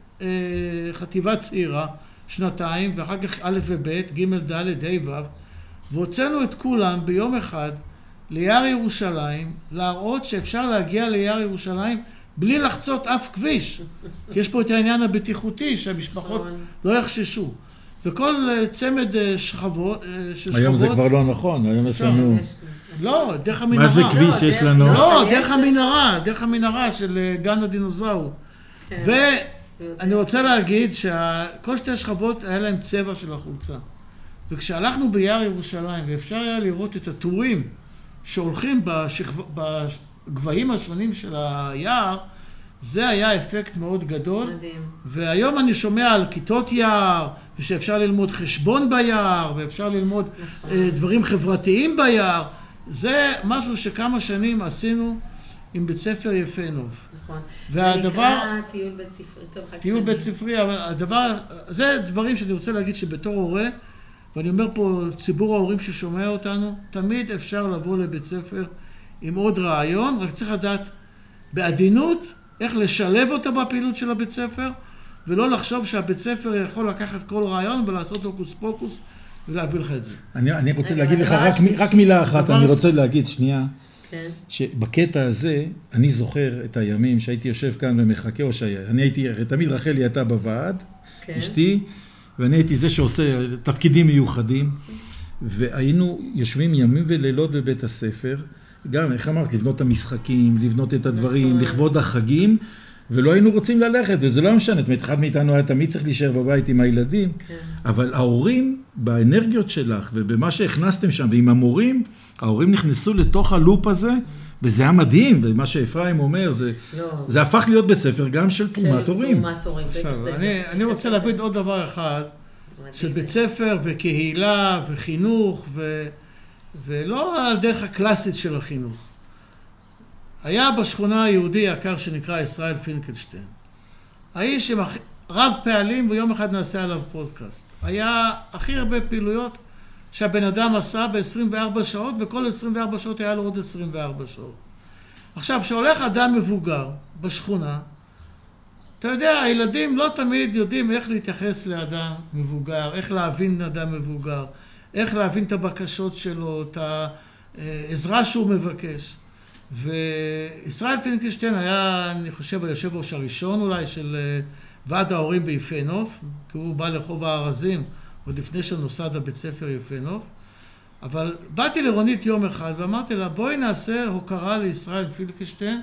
מחטיבה צעירה, שנתיים, ואחר כך א' וב', ג' ד' ה' ו', והוצאנו את כולם ביום אחד ליער ירושלים, להראות שאפשר להגיע ליער ירושלים בלי לחצות אף כביש, כי יש פה את העניין הבטיחותי שהמשפחות לא יחששו. וכל צמד שכבות... היום זה כבר לא נכון, היום יש לנו... לא, דרך המנהרה. מה זה כביש יש לנו? לא, דרך המנהרה, דרך המנהרה של גן הדינוזאור. ואני רוצה להגיד שכל שתי השכבות היה להם צבע של החולצה. וכשהלכנו ביער ירושלים, ואפשר היה לראות את הטורים שהולכים בגבהים השונים של היער, זה היה אפקט מאוד גדול. מדהים. והיום אני שומע על כיתות יער, ושאפשר ללמוד חשבון ביער, ואפשר ללמוד נכון. דברים חברתיים ביער. זה משהו שכמה שנים עשינו עם בית ספר יפה נוף. נכון. והדבר... נקרא טיול בית ספרי. טיול בית ספרי, אבל הדבר... זה דברים שאני רוצה להגיד שבתור הורה, ואני אומר פה ציבור ההורים ששומע אותנו, תמיד אפשר לבוא לבית ספר עם עוד רעיון, רק צריך לדעת בעדינות איך לשלב אותה בפעילות של הבית ספר, ולא לחשוב שהבית ספר יכול לקחת כל רעיון ולעשות הוקוס פוקוס ולהביא לך את זה. אני, אני רוצה להגיד לך רק, רק מילה אחת, אני רוצה להגיד שנייה, כן. שבקטע הזה אני זוכר את הימים שהייתי יושב כאן ומחכה או שהיה, אני הייתי, תמיד רחלי הייתה בוועד, כן. אשתי, ואני הייתי זה שעושה תפקידים מיוחדים, והיינו יושבים ימים ולילות בבית הספר, גם, איך אמרת, לבנות את המשחקים, לבנות את הדברים, לכבוד החגים, ולא היינו רוצים ללכת, וזה לא משנה, אחד מאיתנו היה תמיד צריך להישאר בבית עם הילדים, כן. אבל ההורים, באנרגיות שלך, ובמה שהכנסתם שם, ועם המורים, ההורים נכנסו לתוך הלופ הזה, וזה היה מדהים, ומה שאפרים אומר, זה, לא. זה הפך להיות בית ספר גם של תרומת הורים. תרומת הורים. עכשיו, אני, אני רוצה להגיד עוד דבר אחד, של בית ספר וקהילה וחינוך, ו, ולא הדרך הקלאסית של החינוך. היה בשכונה היהודי יקר שנקרא ישראל פינקלשטיין. האיש עם רב פעלים ויום אחד נעשה עליו פודקאסט. היה הכי הרבה פעילויות שהבן אדם עשה ב-עשרים וארבע שעות, וכל עשרים וארבע שעות היה לו עוד עשרים וארבע שעות. עכשיו, כשהולך אדם מבוגר בשכונה, אתה יודע, הילדים לא תמיד יודעים איך להתייחס לאדם מבוגר, איך להבין אדם מבוגר, איך להבין את הבקשות שלו, את העזרה שהוא מבקש. וישראל פינקלשטיין היה, אני חושב, היושב ראש הראשון אולי של ועד ההורים ביפה נוף, כי הוא בא לחוב הארזים, עוד לפני שנוסד הבית ספר יפה נוף. אבל באתי לרונית יום אחד ואמרתי לה, בואי נעשה הוקרה לישראל פינקלשטיין,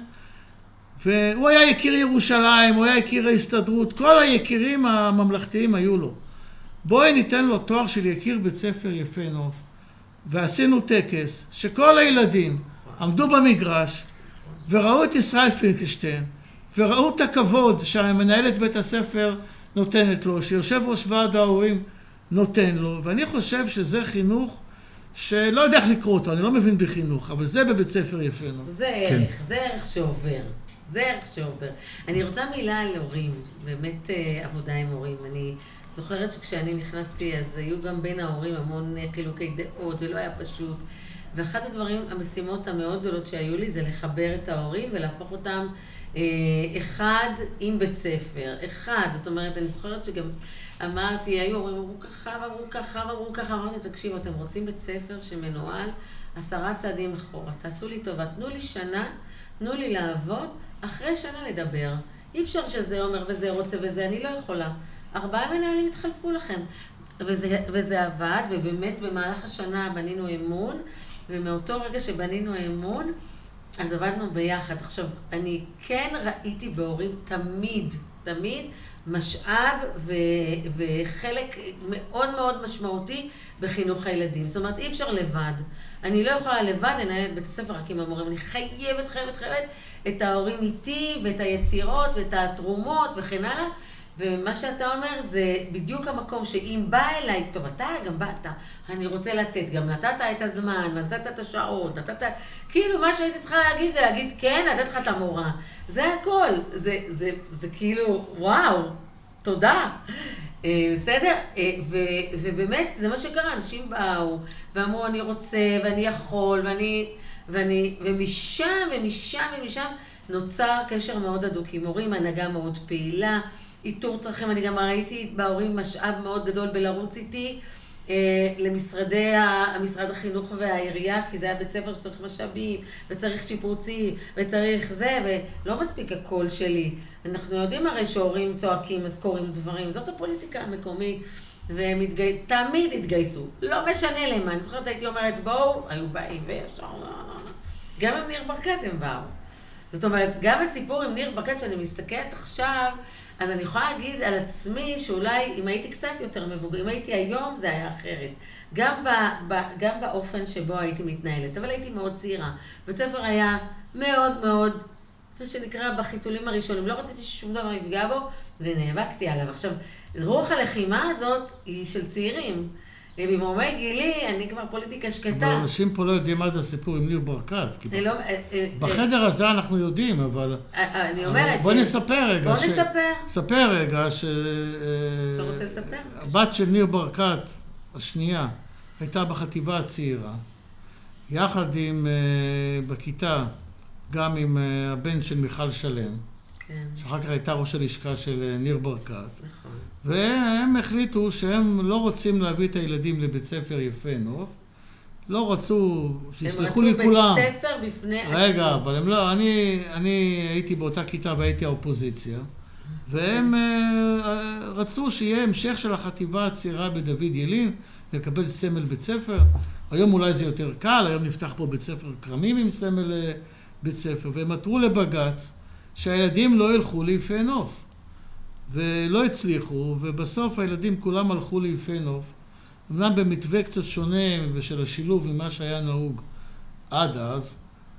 והוא היה יקיר ירושלים, הוא היה יקיר ההסתדרות, כל היקירים הממלכתיים היו לו. בואי ניתן לו תואר של יקיר בית ספר יפה נוף. ועשינו טקס שכל הילדים עמדו במגרש וראו את ישראל פינקלשטיין, וראו את הכבוד שהמנהלת בית הספר נותנת לו, שיושב ראש ועד ההורים נותן לו, ואני חושב שזה חינוך שלא יודע איך לקרוא אותו, אני לא מבין בחינוך, אבל זה בבית ספר יפה נוף. זה ערך, כן. זה ערך שעובר. זה ערך שעובר. אני רוצה מילה על הורים, באמת עבודה עם הורים. אני זוכרת שכשאני נכנסתי, אז היו גם בין ההורים המון חילוקי דעות, ולא היה פשוט. ואחד הדברים, המשימות המאוד גדולות שהיו לי, זה לחבר את ההורים ולהפוך אותם אה, אחד עם בית ספר. אחד, זאת אומרת, אני זוכרת שגם אמרתי, היו הורים, אמרו ככה, אמרו ככה, אמרו ככה, אמרתי, תקשיבו, אתם רוצים בית ספר שמנוהל עשרה צעדים אחורה. תעשו לי טובה, תנו לי שנה, תנו לי לעבוד, אחרי שנה לדבר. אי אפשר שזה אומר וזה רוצה וזה, אני לא יכולה. ארבעה מנהלים התחלפו לכם. וזה, וזה עבד, ובאמת במהלך השנה בנינו אמון, ומאותו רגע שבנינו אמון, אז עבדנו ביחד. עכשיו, אני כן ראיתי בהורים תמיד, תמיד, משאב ו, וחלק מאוד מאוד משמעותי בחינוך הילדים. זאת אומרת, אי אפשר לבד. אני לא יכולה לבד לנהל את בית הספר רק עם המורים. אני חייבת, חייבת, חייבת את ההורים איתי, ואת היצירות, ואת התרומות, וכן הלאה. ומה שאתה אומר זה בדיוק המקום שאם בא אליי, טוב, אתה גם באת, אני רוצה לתת, גם נתת את הזמן, נתת את השעות, נתת, כאילו מה שהייתי צריכה להגיד זה להגיד, כן, נתת לך את המורה. זה הכל, זה, זה, זה כאילו, וואו, תודה. בסדר? ו, ובאמת, זה מה שקרה, אנשים באו ואמרו, אני רוצה ואני יכול ואני, ואני, ומשם ומשם ומשם נוצר קשר מאוד הדוק עם הורים, הנהגה מאוד פעילה, איתור צרכים, אני גם ראיתי בהורים משאב מאוד גדול בלרוץ איתי, למשרדי, המשרד החינוך והעירייה, כי זה היה בית ספר שצריך משאבים, וצריך שיפוצים, וצריך זה, ולא מספיק הקול שלי. אנחנו יודעים הרי שהורים צועקים, אז קוראים דברים, זאת הפוליטיקה המקומית, והם התגי... תמיד התגייסו. לא משנה למה, אני זוכרת הייתי אומרת, בואו, היו באים וישר, לא, לא, לא. גם עם ניר ברקת הם באו. זאת אומרת, גם הסיפור עם ניר ברקת שאני מסתכלת עכשיו, אז אני יכולה להגיד על עצמי שאולי אם הייתי קצת יותר מבוגר, אם הייתי היום זה היה אחרת. גם, ב, ב, גם באופן שבו הייתי מתנהלת, אבל הייתי מאוד צעירה. בית ספר היה מאוד מאוד, מה שנקרא בחיתולים הראשונים, לא רציתי ששום דבר יפגע בו, ונאבקתי עליו. עכשיו, רוח הלחימה הזאת היא של צעירים. ובמרומי גילי, אני כבר פוליטיקה שקטה. אבל אנשים פה לא יודעים מה זה הסיפור עם ניר ברקת. בחדר הזה אנחנו יודעים, אבל... אני אומרת ש... בוא נספר רגע. בוא נספר. ספר רגע ש... אתה רוצה לספר? הבת של ניר ברקת, השנייה, הייתה בחטיבה הצעירה, יחד עם, בכיתה, גם עם הבן של מיכל שלם, שאחר כך הייתה ראש הלשכה של ניר ברקת. נכון. והם החליטו שהם לא רוצים להביא את הילדים לבית ספר יפה נוף. לא רצו, שיסלחו לי כולם. הם רצו בית ספר בפני עצמם. רגע, אבל הם לא, אני, אני הייתי באותה כיתה והייתי האופוזיציה. והם רצו שיהיה המשך של החטיבה הצעירה בדוד ילין, לקבל סמל בית ספר. היום אולי זה יותר קל, היום נפתח פה בית ספר כרמים עם סמל בית ספר. והם עתרו לבג"ץ שהילדים לא ילכו ליפה נוף. ולא הצליחו, ובסוף הילדים כולם הלכו ליפה נוף. אמנם במתווה קצת שונה בשל השילוב ממה שהיה נהוג עד אז,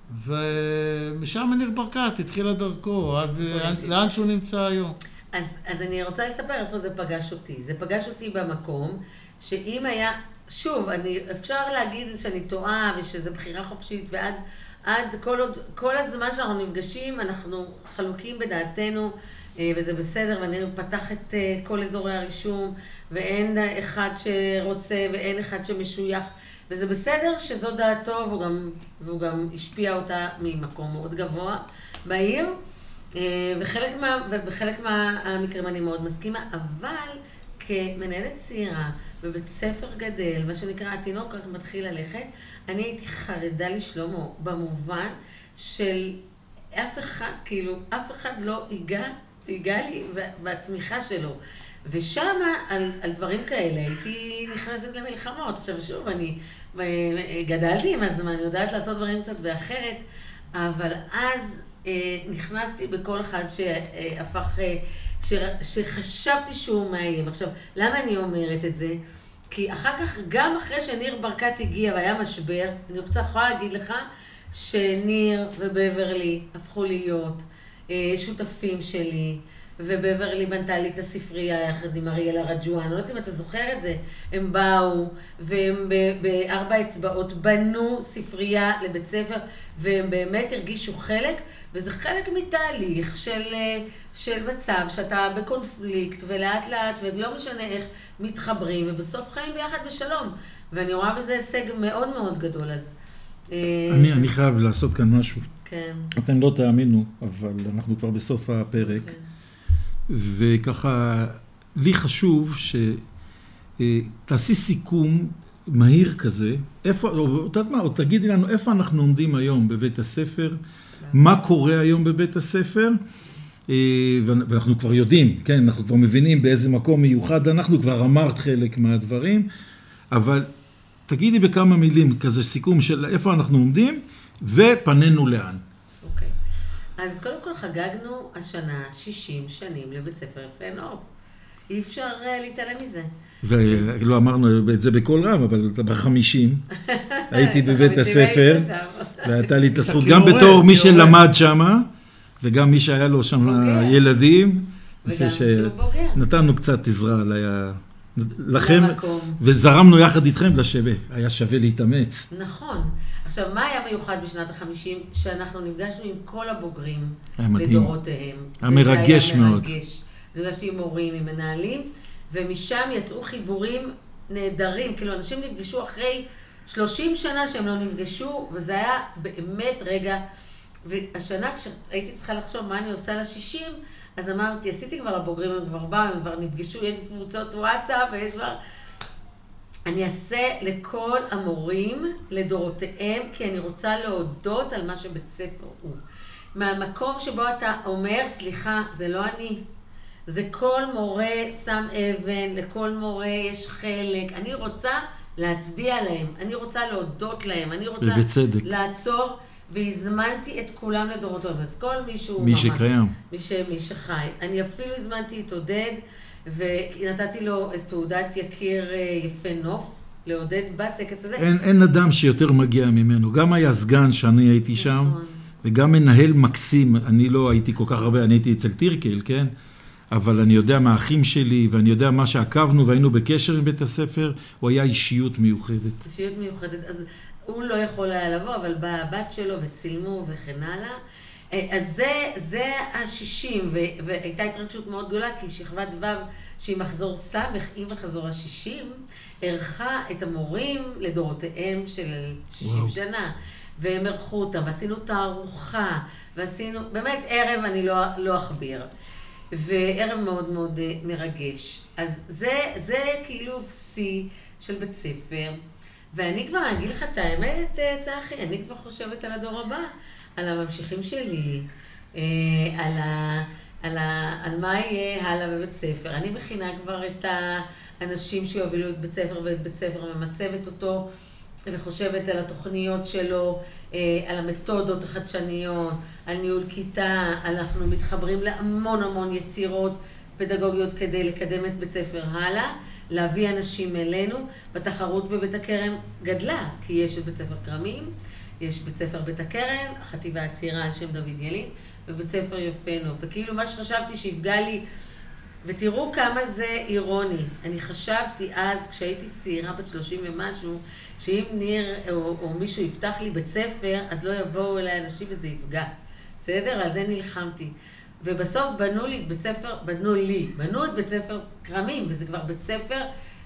ומשם ניר ברקת התחילה דרכו, עד לאן שהוא נמצא היום. אז, אז אני רוצה לספר איפה זה פגש אותי. זה פגש אותי במקום שאם היה, שוב, אני, אפשר להגיד שאני טועה ושזה בחירה חופשית, ועד עד כל, עוד, כל הזמן שאנחנו נפגשים, אנחנו חלוקים בדעתנו, וזה בסדר, ואני פתח את כל אזורי הרישום, ואין אחד שרוצה ואין אחד שמשוייך, וזה בסדר שזו דעתו, והוא גם, והוא גם השפיע אותה ממקום מאוד גבוה בעיר, וחלק מה, ובחלק מהמקרים אני מאוד מסכימה, אבל כמנהלת צעירה בבית ספר גדל, מה שנקרא התינוק רק מתחיל ללכת, אני הייתי חרדה לשלומו, במובן של אף אחד, כאילו, אף אחד לא ייגע, ייגע לי והצמיחה שלו. ושם, על, על דברים כאלה, הייתי נכנסת למלחמות. עכשיו, שוב, אני גדלתי עם הזמן, אני יודעת לעשות דברים קצת באחרת, אבל אז אה, נכנסתי בכל אחד שהפך, אה, ש, שחשבתי שהוא מאיים. עכשיו, למה אני אומרת את זה? כי אחר כך, גם אחרי שניר ברקת הגיע והיה משבר, אני רוצה יכולה להגיד לך, שניר ובברלי הפכו להיות אה, שותפים שלי, ובברלי בנתה לי את הספרייה יחד עם אריאלה רג'ואן. אני לא יודעת אם אתה זוכר את זה. הם באו, והם בארבע אצבעות בנו ספרייה לבית ספר, והם באמת הרגישו חלק, וזה חלק מתהליך של, של מצב שאתה בקונפליקט, ולאט לאט, ולא משנה איך מתחברים, ובסוף חיים ביחד בשלום. ואני רואה בזה הישג מאוד מאוד גדול, אז... אני, אני חייב לעשות כאן משהו. כן. אתם לא תאמינו, אבל אנחנו כבר בסוף הפרק. כן. וככה, לי חשוב שתעשי סיכום מהיר כזה, איפה, או, מה, או תגידי לנו איפה אנחנו עומדים היום בבית הספר, מה קורה היום בבית הספר, ואנחנו כבר יודעים, כן, אנחנו כבר מבינים באיזה מקום מיוחד, אנחנו כבר אמרת חלק מהדברים, אבל תגידי בכמה מילים כזה סיכום של איפה אנחנו עומדים, ופנינו לאן. אוקיי. אז קודם כל חגגנו השנה שישים שנים לבית ספר יפה נוף. אי אפשר להתעלם מזה. ולא אמרנו את זה בכל רם, אבל בחמישים הייתי בבית הספר, והייתה לי את הזכות גם בתור מי שלמד שם, וגם מי שהיה לו שם ילדים. וגם שהוא בוגר. נתנו קצת עזרה לכם, וזרמנו יחד איתכם לשווה. היה שווה להתאמץ. נכון. עכשיו, מה היה מיוחד בשנת ה-חמישים? שאנחנו נפגשנו עם כל הבוגרים לדורותיהם. המרגש מאוד. נפגשתי עם מורים, עם מנהלים, ומשם יצאו חיבורים נהדרים. כאילו, אנשים נפגשו אחרי שלושים שנה שהם לא נפגשו, וזה היה באמת רגע, והשנה כשהייתי צריכה לחשוב מה אני עושה ל-שישים, אז אמרתי, עשיתי כבר לבוגרים, הם כבר באו, הם כבר נפגשו, יש קבוצות וואטסאפ, ויש כבר... אני אעשה לכל המורים לדורותיהם, כי אני רוצה להודות על מה שבית ספר הוא. מהמקום שבו אתה אומר, סליחה, זה לא אני. זה כל מורה שם אבן, לכל מורה יש חלק. אני רוצה להצדיע להם, אני רוצה להודות להם, אני רוצה ובצדק. לעצור, והזמנתי את כולם לדורותיהם. אז כל מישהו... מי שקיים. מי, ש, מי שחי. אני אפילו הזמנתי את עודד, ונתתי לו את תעודת יקיר יפה נוף, לעודד בטקס הזה. אין, אין אדם שיותר מגיע ממנו. גם היה סגן שאני הייתי שם, נכון. וגם מנהל מקסים. אני לא הייתי כל כך הרבה, אני הייתי אצל טירקל, כן? אבל אני יודע מהאחים שלי, ואני יודע מה שעקבנו, והיינו בקשר עם בית הספר, הוא היה אישיות מיוחדת. אישיות מיוחדת, אז הוא לא יכול היה לבוא, אבל באה הבת שלו וצילמו וכן הלאה. אז זה, זה השישים, והייתה התרגשות מאוד גדולה, כי שכבת ו' שהיא מחזור סמך, עם מחזור השישים, ערכה את המורים לדורותיהם של שישים וואו. שנה, והם ערכו אותם, ועשינו תערוכה, ועשינו, באמת ערב אני לא, לא אכביר, וערב מאוד מאוד מרגש. אז זה, זה כאילו שיא של בית ספר, ואני כבר אגיד לך את האמת, צחי, אני כבר חושבת על הדור הבא, על הממשיכים שלי, על, ה, על, ה, על מה יהיה הלאה בבית ספר. אני מכינה כבר את האנשים שיובילו את בית ספר ואת בית ספר, ממצבת אותו וחושבת על התוכניות שלו, על המתודות החדשניות, על ניהול כיתה. אנחנו מתחברים להמון המון יצירות פדגוגיות כדי לקדם את בית ספר הלאה, להביא אנשים אלינו. בתחרות בבית הכרם גדלה, כי יש את בית ספר כרמים, יש בית ספר בית הכרם, החטיבה הצעירה על שם דוד ילין, ובית ספר יפה נוף. וכאילו מה שחשבתי שיפגע לי, ותראו כמה זה אירוני. אני חשבתי אז, כשהייתי צעירה בת שלושים ומשהו, שאם ניר או, או מישהו יפתח לי בית ספר, אז לא יבואו אליי אנשים וזה יפגע. בסדר? על זה נלחמתי. ובסוף בנו לי את בית ספר, בנו לי, בנו את בית ספר כרמים, וזה כבר בית ספר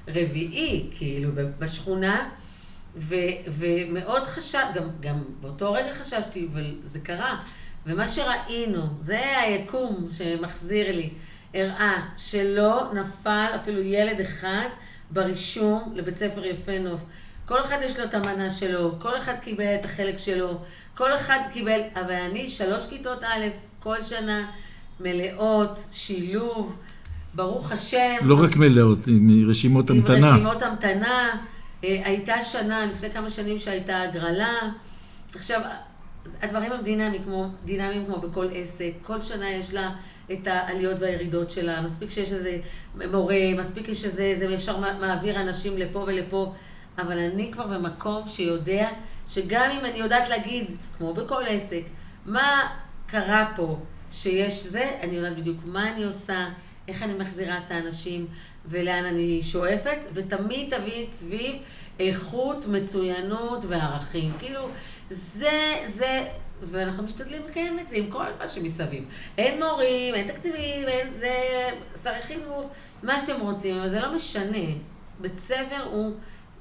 רביעי, כאילו, בשכונה, ו, ומאוד חשב, גם, גם באותו רגע חששתי, אבל זה קרה. ומה שראינו, זה היקום שמחזיר לי, הראה שלא נפל אפילו ילד אחד ברישום לבית ספר יפה נוף. כל אחד יש לו את המנה שלו, כל אחד קיבל את החלק שלו, כל אחד קיבל, אבל אני שלוש כיתות א', כל שנה מלאות, שילוב, ברוך השם. לא רק מלאות, עם רשימות המתנה. עם רשימות המתנה. הייתה שנה, לפני כמה שנים שהייתה הגרלה. עכשיו, הדברים הם דינמיים כמו, דינמיים כמו בכל עסק. כל שנה יש לה את העליות והירידות שלה. מספיק שיש איזה מורה, מספיק יש איזה, זה אפשר מעביר אנשים לפה ולפה. אבל אני כבר במקום שיודע שגם אם אני יודעת להגיד, כמו בכל עסק, מה קרה פה שיש זה, אני יודעת בדיוק מה אני עושה, איך אני מחזירה את האנשים ולאן אני שואפת, ותמיד תביא סביב איכות, מצוינות וערכים. כאילו, זה, זה, ואנחנו משתדלים לקיים את זה עם כל מה שמסביב. אין מורים, אין תקציבים, אין זה, שרי חינוך, מה שאתם רוצים, אבל זה לא משנה. בית ספר הוא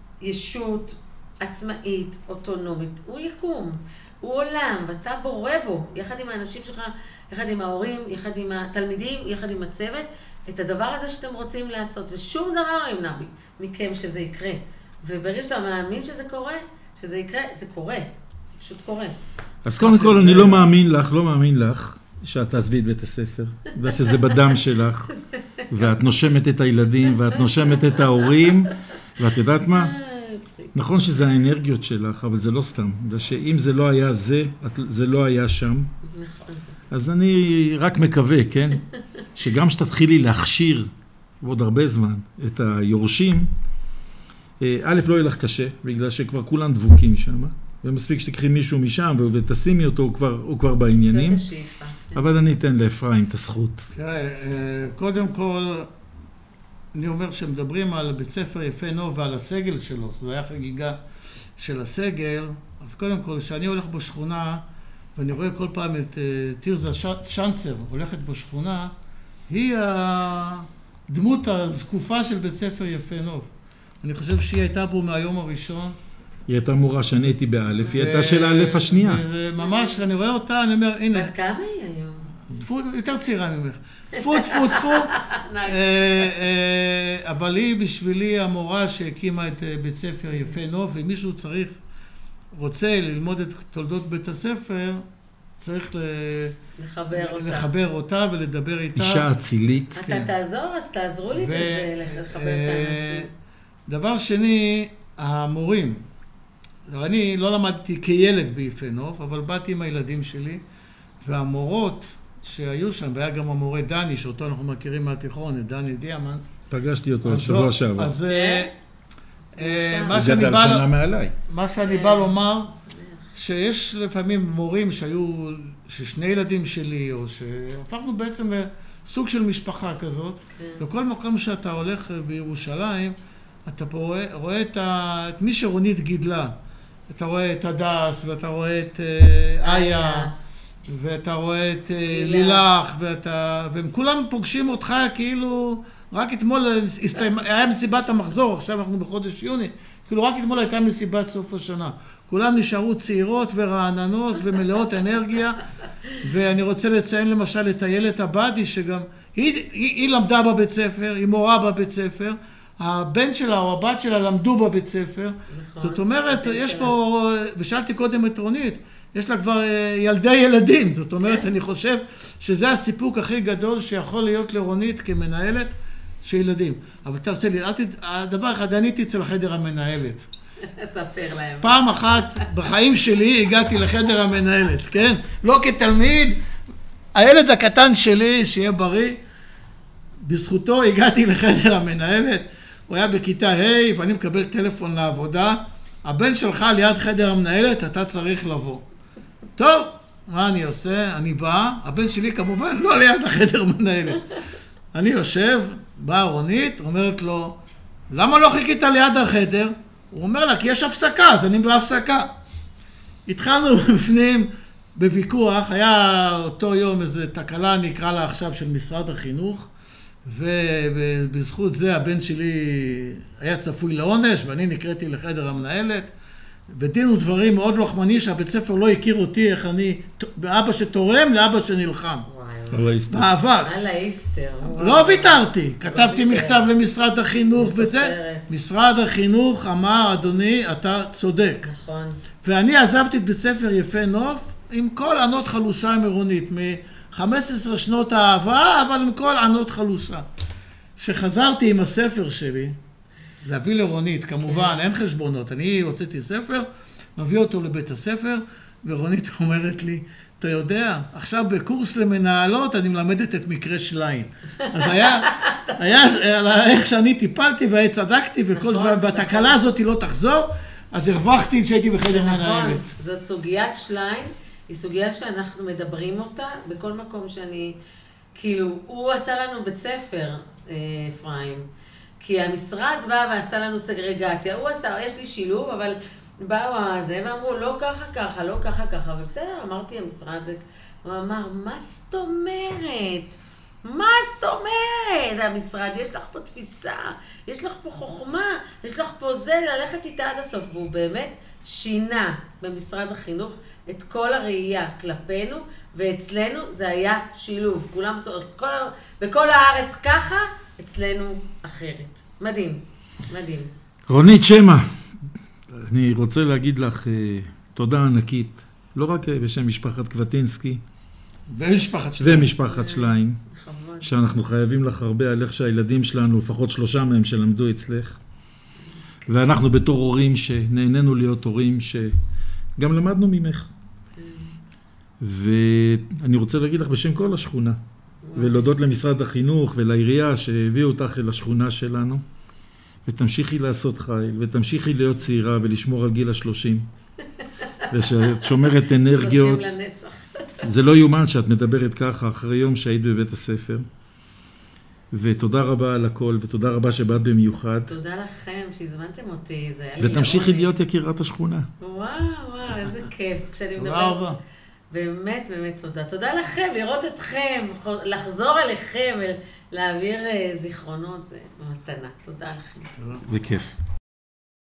ישות עצמאית, אוטונומית, הוא יקום, הוא עולם, ואתה בורא בו, יחד עם האנשים שלך, יחד עם ההורים, יחד עם התלמידים, יחד עם הצוות, את הדבר הזה שאתם רוצים לעשות, ושום דבר לא ימנע מכם שזה יקרה. וברגע שאתה מאמין שזה קורה, שזה יקרה, זה קורה, זה פשוט קורה. אז קודם כל אני לא מאמין לך, לא מאמין לך, שאת תעזבי את בית הספר, ושזה בדם שלך, ואת נושמת את הילדים, ואת נושמת את ההורים, ואת יודעת מה? נכון שזה האנרגיות שלך, אבל זה לא סתם. שאם זה לא היה זה, זה לא היה שם. אז אני רק מקווה, כן? שגם שתתחילי להכשיר, ועוד הרבה זמן, את היורשים, א', לא יהיה לך קשה, בגלל שכבר כולם דבוקים שם, ומספיק שתקחי מישהו משם, ותשימי אותו, הוא כבר, הוא כבר בעניינים. זאת השאיפה. אבל אני אתן לאפרים את הזכות. תראה, קודם כל, אני אומר שמדברים על בית ספר יפה נוף ועל הסגל שלו, זו היה חגיגה של הסגל, אז קודם כל, כשאני הולך בשכונה, ואני רואה כל פעם את תירזה שנצר הולכת בשכונה, היא הדמות הזקופה של בית ספר יפה נוף. אני חושב שהיא הייתה בו מהיום הראשון, היא הייתה מורה שאני הייתי באלף, היא הייתה של האלף השנייה. וממש, אני רואה אותה, אני אומר, הנה. בת כמה היא היום? טפו, יותר צעירה ממך. טפו, טפו, טפו. אבל היא בשבילי המורה שהקימה את בית ספר יפה נוף, ומישהו צריך, רוצה ללמוד את תולדות בית הספר, צריך לחבר אותה. לחבר אותה ולדבר איתה. אישה אצילית. אתה תעזור, אז תעזרו לי בזה, לחבר את האנשים. דבר שני, המורים. אני לא למדתי כילד ביפה נוף, אבל באתי עם הילדים שלי, והמורות שהיו שם, והיה גם המורה דני, שאותו אנחנו מכירים מהתיכון, את דני דיאמן. פגשתי אותו שבוע שעבר. אז מה שאני בא לומר, שיש לפעמים מורים שהיו, ששני ילדים שלי, או שהפכנו בעצם לסוג של משפחה כזאת, וכל מקום שאתה הולך בירושלים, אתה רואה, רואה את, ה, את מי שרונית גידלה. אתה רואה את הדס, ואתה רואה את איה, ואתה רואה את לילך, ואתה, והם כולם פוגשים אותך כאילו, רק אתמול הסתיים, היה מסיבת המחזור, עכשיו אנחנו בחודש יוני, כאילו רק אתמול הייתה מסיבת סוף השנה. כולם נשארו צעירות ורעננות ומלאות אנרגיה, ואני רוצה לציין למשל את איילת עבדי, שגם, היא, היא, היא למדה בבית ספר, היא מורה בבית ספר, הבן שלה או הבת שלה למדו בבית ספר, נכון, זאת אומרת, יש שלה. פה, ושאלתי קודם את רונית, יש לה כבר ילדי ילדים, זאת אומרת, כן. אני חושב שזה הסיפוק הכי גדול שיכול להיות לרונית כמנהלת של ילדים. אבל אתה רוצה לי, הדבר אחד, אני הייתי אצל החדר המנהלת. תספר להם. פעם אחת בחיים שלי הגעתי לחדר המנהלת, כן? לא כתלמיד, הילד הקטן שלי, שיהיה בריא, בזכותו הגעתי לחדר המנהלת, הוא היה בכיתה ה' ואני מקבל טלפון לעבודה, הבן שלך ליד חדר המנהלת, אתה צריך לבוא. טוב, מה אני עושה? אני בא, הבן שלי כמובן לא ליד החדר המנהלת. אני יושב, באה רונית, אומרת לו, למה לא חיכית ליד החדר? הוא אומר לה, כי יש הפסקה, אז אני בהפסקה. התחלנו בפנים בוויכוח, היה אותו יום איזו תקלה, נקרא לה עכשיו, של משרד החינוך, ובזכות זה הבן שלי היה צפוי לעונש, ואני נקראתי לחדר המנהלת, בדין ודברים מאוד לוחמני, שהבית ספר לא הכיר אותי, איך אני, באבא שתורם לאבא שנלחם. בעבר. על האיסטר. לא ויתרתי, כתבתי מכתב למשרד החינוך וזה. משרד החינוך אמר, אדוני, אתה צודק. נכון. ואני עזבתי את בית ספר יפה נוף, עם כל ענות חלושה מרונית, מ-חמש עשרה שנות האהבה, אבל עם כל ענות חלושה. שחזרתי עם הספר שלי, להביא לרונית, כמובן, אין חשבונות. אני הוצאתי ספר, מביא אותו לבית הספר, ורונית אומרת לי, אתה יודע, עכשיו בקורס למנהלות אני מלמדת את מקרה שליין. אז היה, היה, איך שאני טיפלתי והצדקתי, וכל זמן, והתקלה הזאת לא תחזור, אז הרווחתי שהייתי בחדר מנהלת. זאת סוגיית שליין, היא סוגיה שאנחנו מדברים אותה, בכל מקום שאני, כאילו, הוא עשה לנו בית ספר, אפרים, כי המשרד בא ועשה לנו סגרגציה, הוא עשה, יש לי שילוב, אבל באו הזה ואמרו, לא ככה ככה, לא ככה ככה, ובסדר, אמרתי המשרד, הוא אמר, מה זאת אומרת? מה זאת אומרת? המשרד, יש לך פה תפיסה, יש לך פה חוכמה, יש לך פה זה, ללכת איתה עד הסוף, והוא באמת שינה במשרד החינוך את כל הראייה כלפינו, ואצלנו זה היה שילוב, כולם, כל, בכל הארץ ככה, אצלנו אחרת. מדהים, מדהים. רונית שמה, אני רוצה להגיד לך תודה ענקית, לא רק בשם משפחת קבטינסקי, ומשפחת שליין, ומשפחת שליין, שאנחנו חייבים לך הרבה על איך שהילדים שלנו, לפחות שלושה מהם שלמדו אצלך, ואנחנו בתור הורים שנהנינו להיות הורים שגם למדנו ממך. ואני רוצה להגיד לך בשם כל השכונה, ולהודות למשרד החינוך ולעירייה שהביאו אותך אל השכונה שלנו, ותמשיכי לעשות חיל, ותמשיכי להיות צעירה ולשמור על גיל השלושים, ושאת שומרת אנרגיות. שלושים לנצח. זה לא יומן שאת מדברת ככה אחרי יום שהיית בבית הספר. ותודה רבה על הכל, ותודה רבה שבאת במיוחד. תודה לכם שהזמנתם אותי, זה היה לי לעונג. ותמשיכי להיות יקירת השכונה. וואו, וואו, איזה כיף. כשאני מדבר... תודה רבה. באמת, באמת תודה. תודה לכם, לראות אתכם, לחזור אליכם, להעביר זיכרונות, זה מתנה. תודה לכם. בכיף.